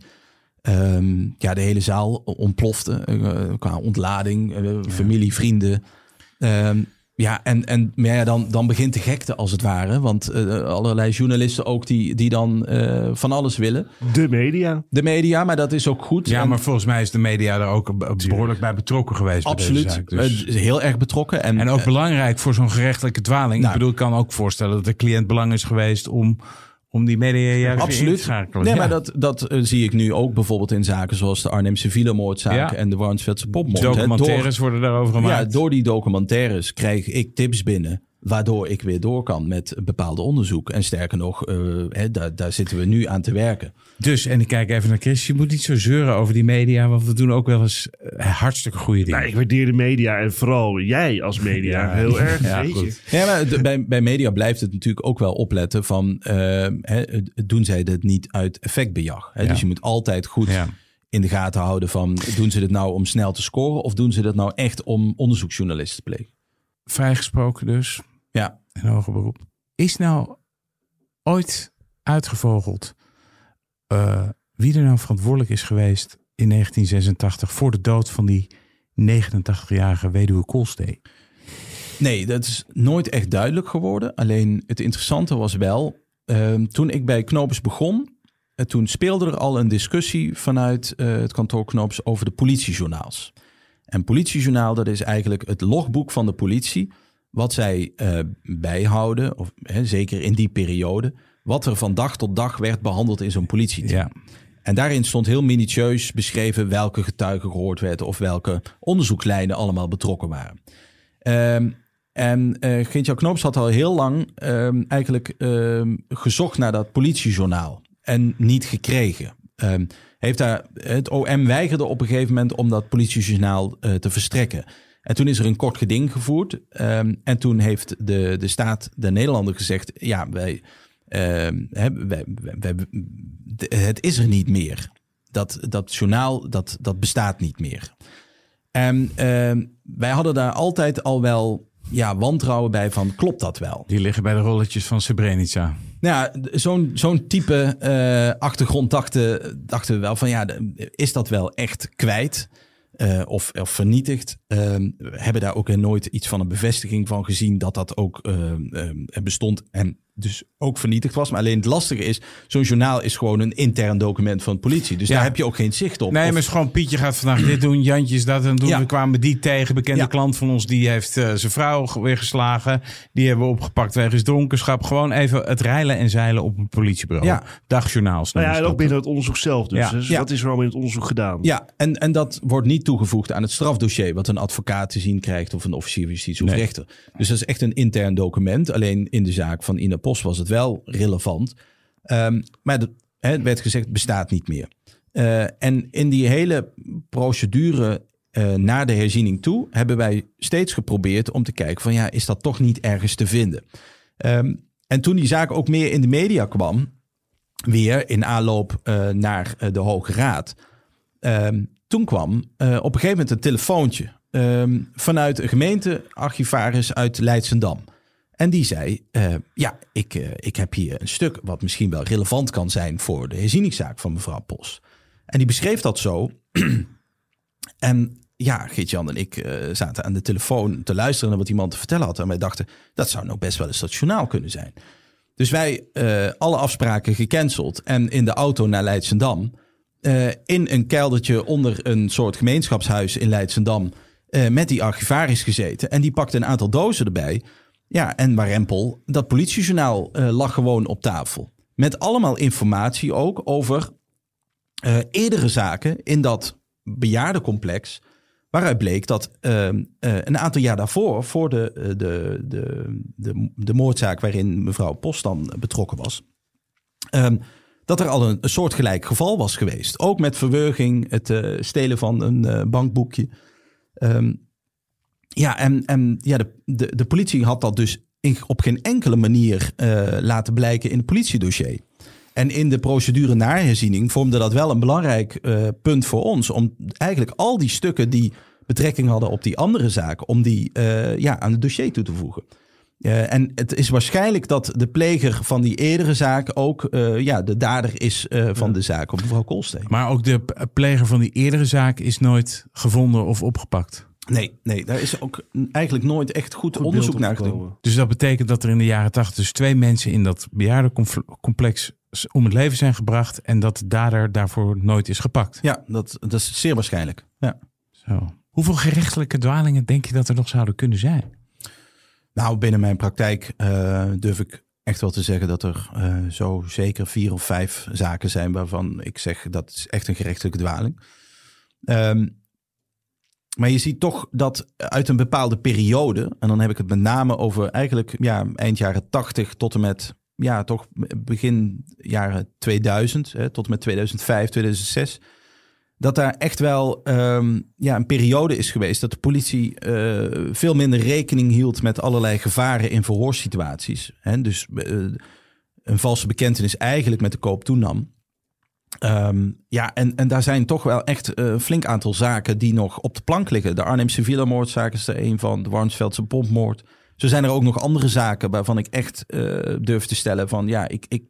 Um, ja, de hele zaal ontplofte uh, qua ontlading. Uh, ja. Familie, vrienden. Um, ja, en, en maar ja, dan, dan begint de gekte als het ware. Want uh, allerlei journalisten ook die, die dan uh, van alles willen. De media. De media, maar dat is ook goed. Ja, en, maar volgens mij is de media er ook behoorlijk bij betrokken geweest. Absoluut, bij deze zaak, dus. uh, heel erg betrokken. En, En ook uh, belangrijk voor zo'n gerechtelijke dwaling. Nou, ik bedoel, ik kan ook voorstellen dat de cliënt belang is geweest om, om die media juist weer in absoluut. te schakelen. Nee, Ja. maar dat, dat uh, zie ik nu ook bijvoorbeeld in zaken zoals de Arnhemse Wielermoordzaak Ja. en de Warnsveldse popmoord. Documentaires Door, worden daarover gemaakt. ja, door die documentaires krijg ik tips binnen, waardoor ik weer door kan met bepaalde onderzoek. En sterker nog, uh, hè, daar, daar zitten we nu aan te werken. Dus, en ik kijk even naar Chris, je moet niet zo zeuren over die media, want we doen ook wel eens uh, hartstikke goede dingen. Nou, ik waardeer de media en vooral jij als media Ja. heel erg. Ja, weet je. goed. Ja, maar de, bij, bij media blijft het natuurlijk ook wel opletten van, uh, hè, doen zij dit niet uit effectbejag? Hè? Ja. Dus je moet altijd goed Ja. in de gaten houden van, doen ze dit nou om snel te scoren of doen ze dat nou echt om onderzoeksjournalisten te plegen? Vrijgesproken dus, Ja. in hoger beroep. Is nou ooit uitgevogeld uh, wie er nou verantwoordelijk is geweest in negentien zesentachtig voor de dood van die negenentachtigjarige weduwe Koolstee? Nee, dat is nooit echt duidelijk geworden. Alleen het interessante was wel, uh, toen ik bij Knopers begon, uh, toen speelde er al een discussie vanuit uh, het kantoor Knopers over de politiejournaals. En politiejournaal, dat is eigenlijk het logboek van de politie, wat zij uh, bijhouden, of hè, zeker in die periode, wat er van dag tot dag werd behandeld in zo'n politieteam. Ja. En daarin stond heel minutieus beschreven welke getuigen gehoord werden of welke onderzoekslijnen allemaal betrokken waren. Um, en uh, Geert-Jan Knoops had al heel lang um, eigenlijk um, gezocht naar dat politiejournaal en niet gekregen. Um, heeft daar, het O M weigerde op een gegeven moment om dat politiejournaal uh, te verstrekken. En toen is er een kort geding gevoerd. Um, en toen heeft de, de staat der Nederlanden gezegd, ja, wij, uh, wij, wij, wij, het is er niet meer. Dat, dat journaal, dat, dat bestaat niet meer. En uh, wij hadden daar altijd al wel ja, wantrouwen bij van, klopt dat wel? Die liggen bij de rolletjes van Srebrenica. Nou ja, zo'n, zo'n type uh, achtergrond dachten, dachten we wel van, ja, is dat wel echt kwijt? Uh, of, of vernietigd. Uh, we hebben daar ook nooit iets van een bevestiging van gezien dat dat ook uh, uh, bestond en dus ook vernietigd was. Maar alleen het lastige is, zo'n journaal is gewoon een intern document van de politie. Dus ja. daar heb je ook geen zicht op. Nee, of, maar het is gewoon Pietje gaat vandaag dit doen, Jantje is dat en doen. Ja. We kwamen die tegen, bekende Ja. klant van ons, die heeft uh, zijn vrouw weer geslagen. Die hebben we opgepakt wegens dronkenschap. Gewoon even het reilen en zeilen op een politiebureau. Ja. Dagjournaals. Nou ja, en noemen ook ze dat. binnen het onderzoek zelf dus. Ja. Dus Ja. wat is er allemaal in het onderzoek gedaan? Ja, en, en dat wordt niet toegevoegd aan het strafdossier wat een advocaat te zien krijgt of een officier van justitie of Nee. rechter. Dus dat is echt een intern document. Alleen in de zaak van Ina Post was het wel relevant. Um, maar de, hè, het werd gezegd, het bestaat niet meer. Uh, en in die hele procedure uh, naar de herziening toe hebben wij steeds geprobeerd om te kijken van ja, is dat toch niet ergens te vinden? Um, en toen die zaak ook meer in de media kwam, weer in aanloop uh, naar uh, de Hoge Raad, um, toen kwam uh, op een gegeven moment een telefoontje um, vanuit een gemeentearchivaris uit Leidschendam. En die zei, uh, ja, ik, uh, ik heb hier een stuk wat misschien wel relevant kan zijn voor de herzieningszaak van mevrouw Post. En die beschreef dat zo. En ja, Geert-Jan en ik uh, zaten aan de telefoon te luisteren naar wat iemand te vertellen had. En wij dachten, dat zou nou best wel eens dat journaal kunnen zijn. Dus wij uh, alle afspraken gecanceld en in de auto naar Leidschendam. Uh, in een keldertje onder een soort gemeenschapshuis in Leidschendam uh, met die archivaris gezeten. En die pakte een aantal dozen erbij. Ja, en Warempel, dat politiejournaal uh, lag gewoon op tafel. Met allemaal informatie ook over uh, eerdere zaken in dat bejaardencomplex. Waaruit bleek dat uh, uh, een aantal jaar daarvoor, voor de, uh, de, de, de, de moordzaak waarin mevrouw Post dan betrokken was, Um, dat er al een, een soortgelijk geval was geweest. Ook met verwerging, het uh, stelen van een uh, bankboekje. Um, ja, en, en ja, de, de, de politie had dat dus in, op geen enkele manier uh, laten blijken in het politiedossier. En in de procedure naar herziening vormde dat wel een belangrijk uh, punt voor ons. Om eigenlijk al die stukken die betrekking hadden op die andere zaken, om die uh, ja, aan het dossier toe te voegen. Uh, en het is waarschijnlijk dat de pleger van die eerdere zaak ook uh, ja, de dader is uh, van ja. de zaak op mevrouw Kolsteen. Maar ook de pleger van die eerdere zaak is nooit gevonden of opgepakt? Nee, nee, daar is ook eigenlijk nooit echt goed, goed onderzoek naar gedaan. Dus dat betekent dat er in de jaren tachtig dus twee mensen in dat bejaardencomplex om het leven zijn gebracht en dat de dader daarvoor nooit is gepakt? Ja, dat, dat is zeer waarschijnlijk. Ja. Zo. Hoeveel gerechtelijke dwalingen denk je dat er nog zouden kunnen zijn? Nou, binnen mijn praktijk uh, durf ik echt wel te zeggen dat er uh, zo zeker vier of vijf zaken zijn waarvan ik zeg dat is echt een gerechtelijke dwaling. Um, maar je ziet toch dat uit een bepaalde periode, en dan heb ik het met name over eigenlijk ja, eind jaren tachtig tot en met ja, toch begin jaren tweeduizend, hè, tot en met tweeduizend vijf, tweeduizend zes. Dat daar echt wel um, ja, een periode is geweest dat de politie uh, veel minder rekening hield met allerlei gevaren in verhoorsituaties. Hè? Dus uh, een valse bekentenis eigenlijk met de koop toenam. Um, ja, en, en daar zijn toch wel echt een uh, flink aantal zaken die nog op de plank liggen. De Arnhemse Villa-moordzaak is er een van, de Warnsveldse pompmoord. Zo zijn er ook nog andere zaken waarvan ik echt uh, durf te stellen van ja, ik... ik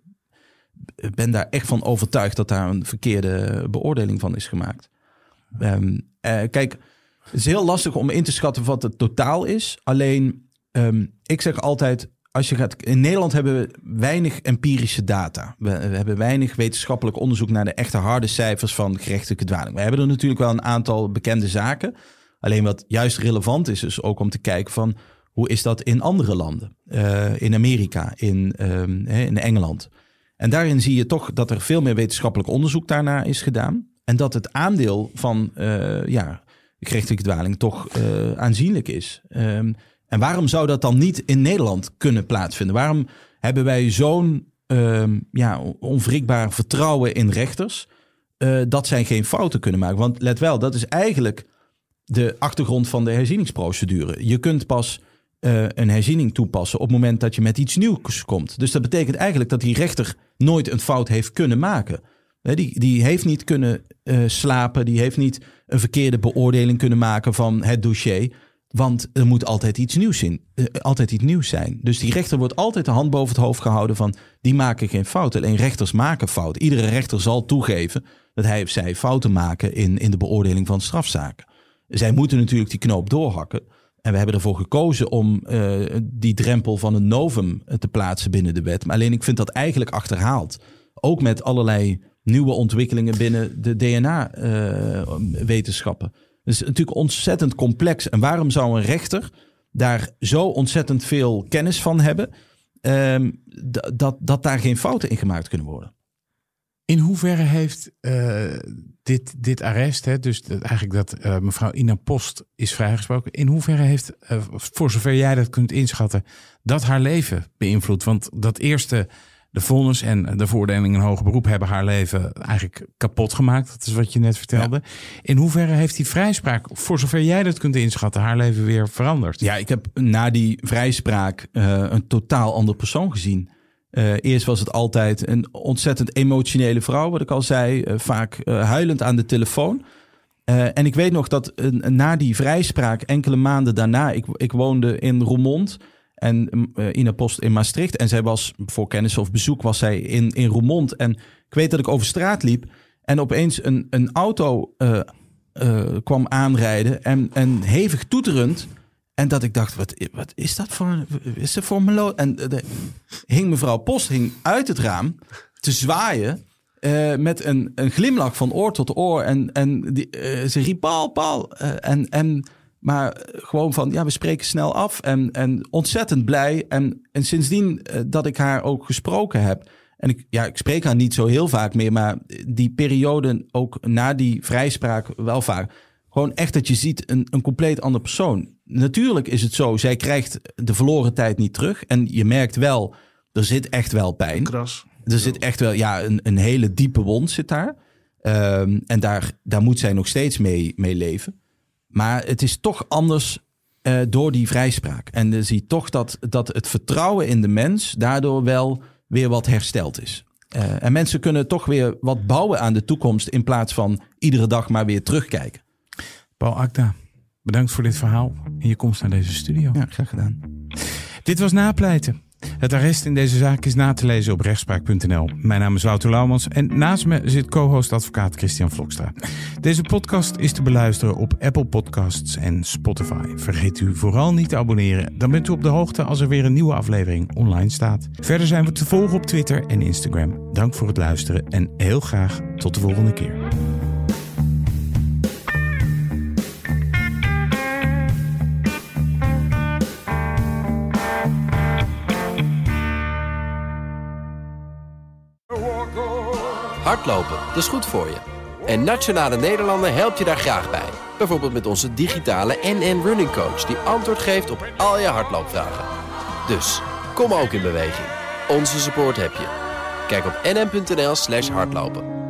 ben daar echt van overtuigd dat daar een verkeerde beoordeling van is gemaakt. Um, uh, kijk, het is heel lastig om in te schatten wat het totaal is. Alleen, um, ik zeg altijd, als je gaat, in Nederland hebben we weinig empirische data. We, we hebben weinig wetenschappelijk onderzoek naar de echte harde cijfers van gerechtelijke dwaling. We hebben er natuurlijk wel een aantal bekende zaken. Alleen wat juist relevant is, is ook om te kijken van hoe is dat in andere landen? Uh, in Amerika, in, um, in Engeland. En daarin zie je toch dat er veel meer wetenschappelijk onderzoek daarnaar is gedaan. En dat het aandeel van uh, ja, gerechtelijke dwaling toch uh, aanzienlijk is. Um, en waarom zou dat dan niet in Nederland kunnen plaatsvinden? Waarom hebben wij zo'n um, ja, onwrikbaar vertrouwen in rechters uh, dat zij geen fouten kunnen maken? Want let wel, dat is eigenlijk de achtergrond van de herzieningsprocedure. Je kunt pas uh, een herziening toepassen op het moment dat je met iets nieuws komt. Dus dat betekent eigenlijk dat die rechter nooit een fout heeft kunnen maken. Die, die heeft niet kunnen uh, slapen, die heeft niet een verkeerde beoordeling kunnen maken van het dossier. Want er moet altijd iets nieuws in, uh, altijd iets nieuws zijn. Dus die rechter wordt altijd de hand boven het hoofd gehouden van die maken geen fout. Alleen rechters maken fouten. Iedere rechter zal toegeven dat hij of zij fouten maken in, in de beoordeling van strafzaken. Zij moeten natuurlijk die knoop doorhakken. En we hebben ervoor gekozen om uh, die drempel van een novum te plaatsen binnen de wet. Maar alleen ik vind dat eigenlijk achterhaald. Ook met allerlei nieuwe ontwikkelingen binnen de D N A-wetenschappen. Uh, het is natuurlijk ontzettend complex. En waarom zou een rechter daar zo ontzettend veel kennis van hebben, Um, d- dat, dat daar geen fouten in gemaakt kunnen worden? In hoeverre heeft uh, dit, dit arrest, hè, dus dat, eigenlijk dat uh, mevrouw Ina Post is vrijgesproken, in hoeverre heeft, uh, voor zover jij dat kunt inschatten, dat haar leven beïnvloed? Want dat eerste De vonnis en de veroordeling in hoger beroep hebben haar leven eigenlijk kapot gemaakt. Dat is wat je net vertelde. Ja. In hoeverre heeft die vrijspraak, voor zover jij dat kunt inschatten, haar leven weer veranderd? Ja, ik heb na die vrijspraak uh, een totaal ander persoon gezien. Uh, eerst was het altijd een ontzettend emotionele vrouw, wat ik al zei. Uh, vaak uh, huilend aan de telefoon. Uh, en ik weet nog dat uh, na die vrijspraak, enkele maanden daarna, ik, ik woonde in Roermond en uh, Ina Post in Maastricht. En zij was, voor kennis of bezoek, was zij in, in Roermond. En ik weet dat ik over straat liep en opeens een, een auto uh, uh, kwam aanrijden en, en hevig toeterend. En dat ik dacht, wat, wat is dat voor, is dat voor melo? En de, hing mevrouw Post hing uit het raam te zwaaien uh, met een, een glimlach van oor tot oor. En, en die, uh, ze riep Paul, Paul. Uh, en, en, maar gewoon van, ja, we spreken snel af. En, en ontzettend blij. En, en sindsdien uh, dat ik haar ook gesproken heb. En ik, ja, ik spreek haar niet zo heel vaak meer. Maar die periode, ook na die vrijspraak, wel vaak. Gewoon echt dat je ziet een, een compleet ander persoon. Natuurlijk is het zo, zij krijgt de verloren tijd niet terug. En je merkt wel, er zit echt wel pijn. Kras. Er zit echt wel, ja, een, een hele diepe wond zit daar. Um, en daar, daar moet zij nog steeds mee, mee leven. Maar het is toch anders uh, door die vrijspraak. En je ziet toch dat, dat het vertrouwen in de mens daardoor wel weer wat hersteld is. Uh, en mensen kunnen toch weer wat bouwen aan de toekomst in plaats van iedere dag maar weer terugkijken. Paul Akda, bedankt voor dit verhaal en je komst naar deze studio. Ja, graag gedaan. Dit was Napleiten. Het arrest in deze zaak is na te lezen op rechtspraak punt n l. Mijn naam is Wouter Laumans en naast me zit co-host advocaat Christian Vlokstra. Deze podcast is te beluisteren op Apple Podcasts en Spotify. Vergeet u vooral niet te abonneren, dan bent u op de hoogte als er weer een nieuwe aflevering online staat. Verder zijn we te volgen op Twitter en Instagram. Dank voor het luisteren en heel graag tot de volgende keer. Hardlopen, dat is goed voor je. En Nationale Nederlanden helpt je daar graag bij. Bijvoorbeeld met onze digitale N N Running Coach... die antwoord geeft op al je hardloopvragen. Dus, kom ook in beweging. Onze support heb je. Kijk op nn punt n l slash hardlopen.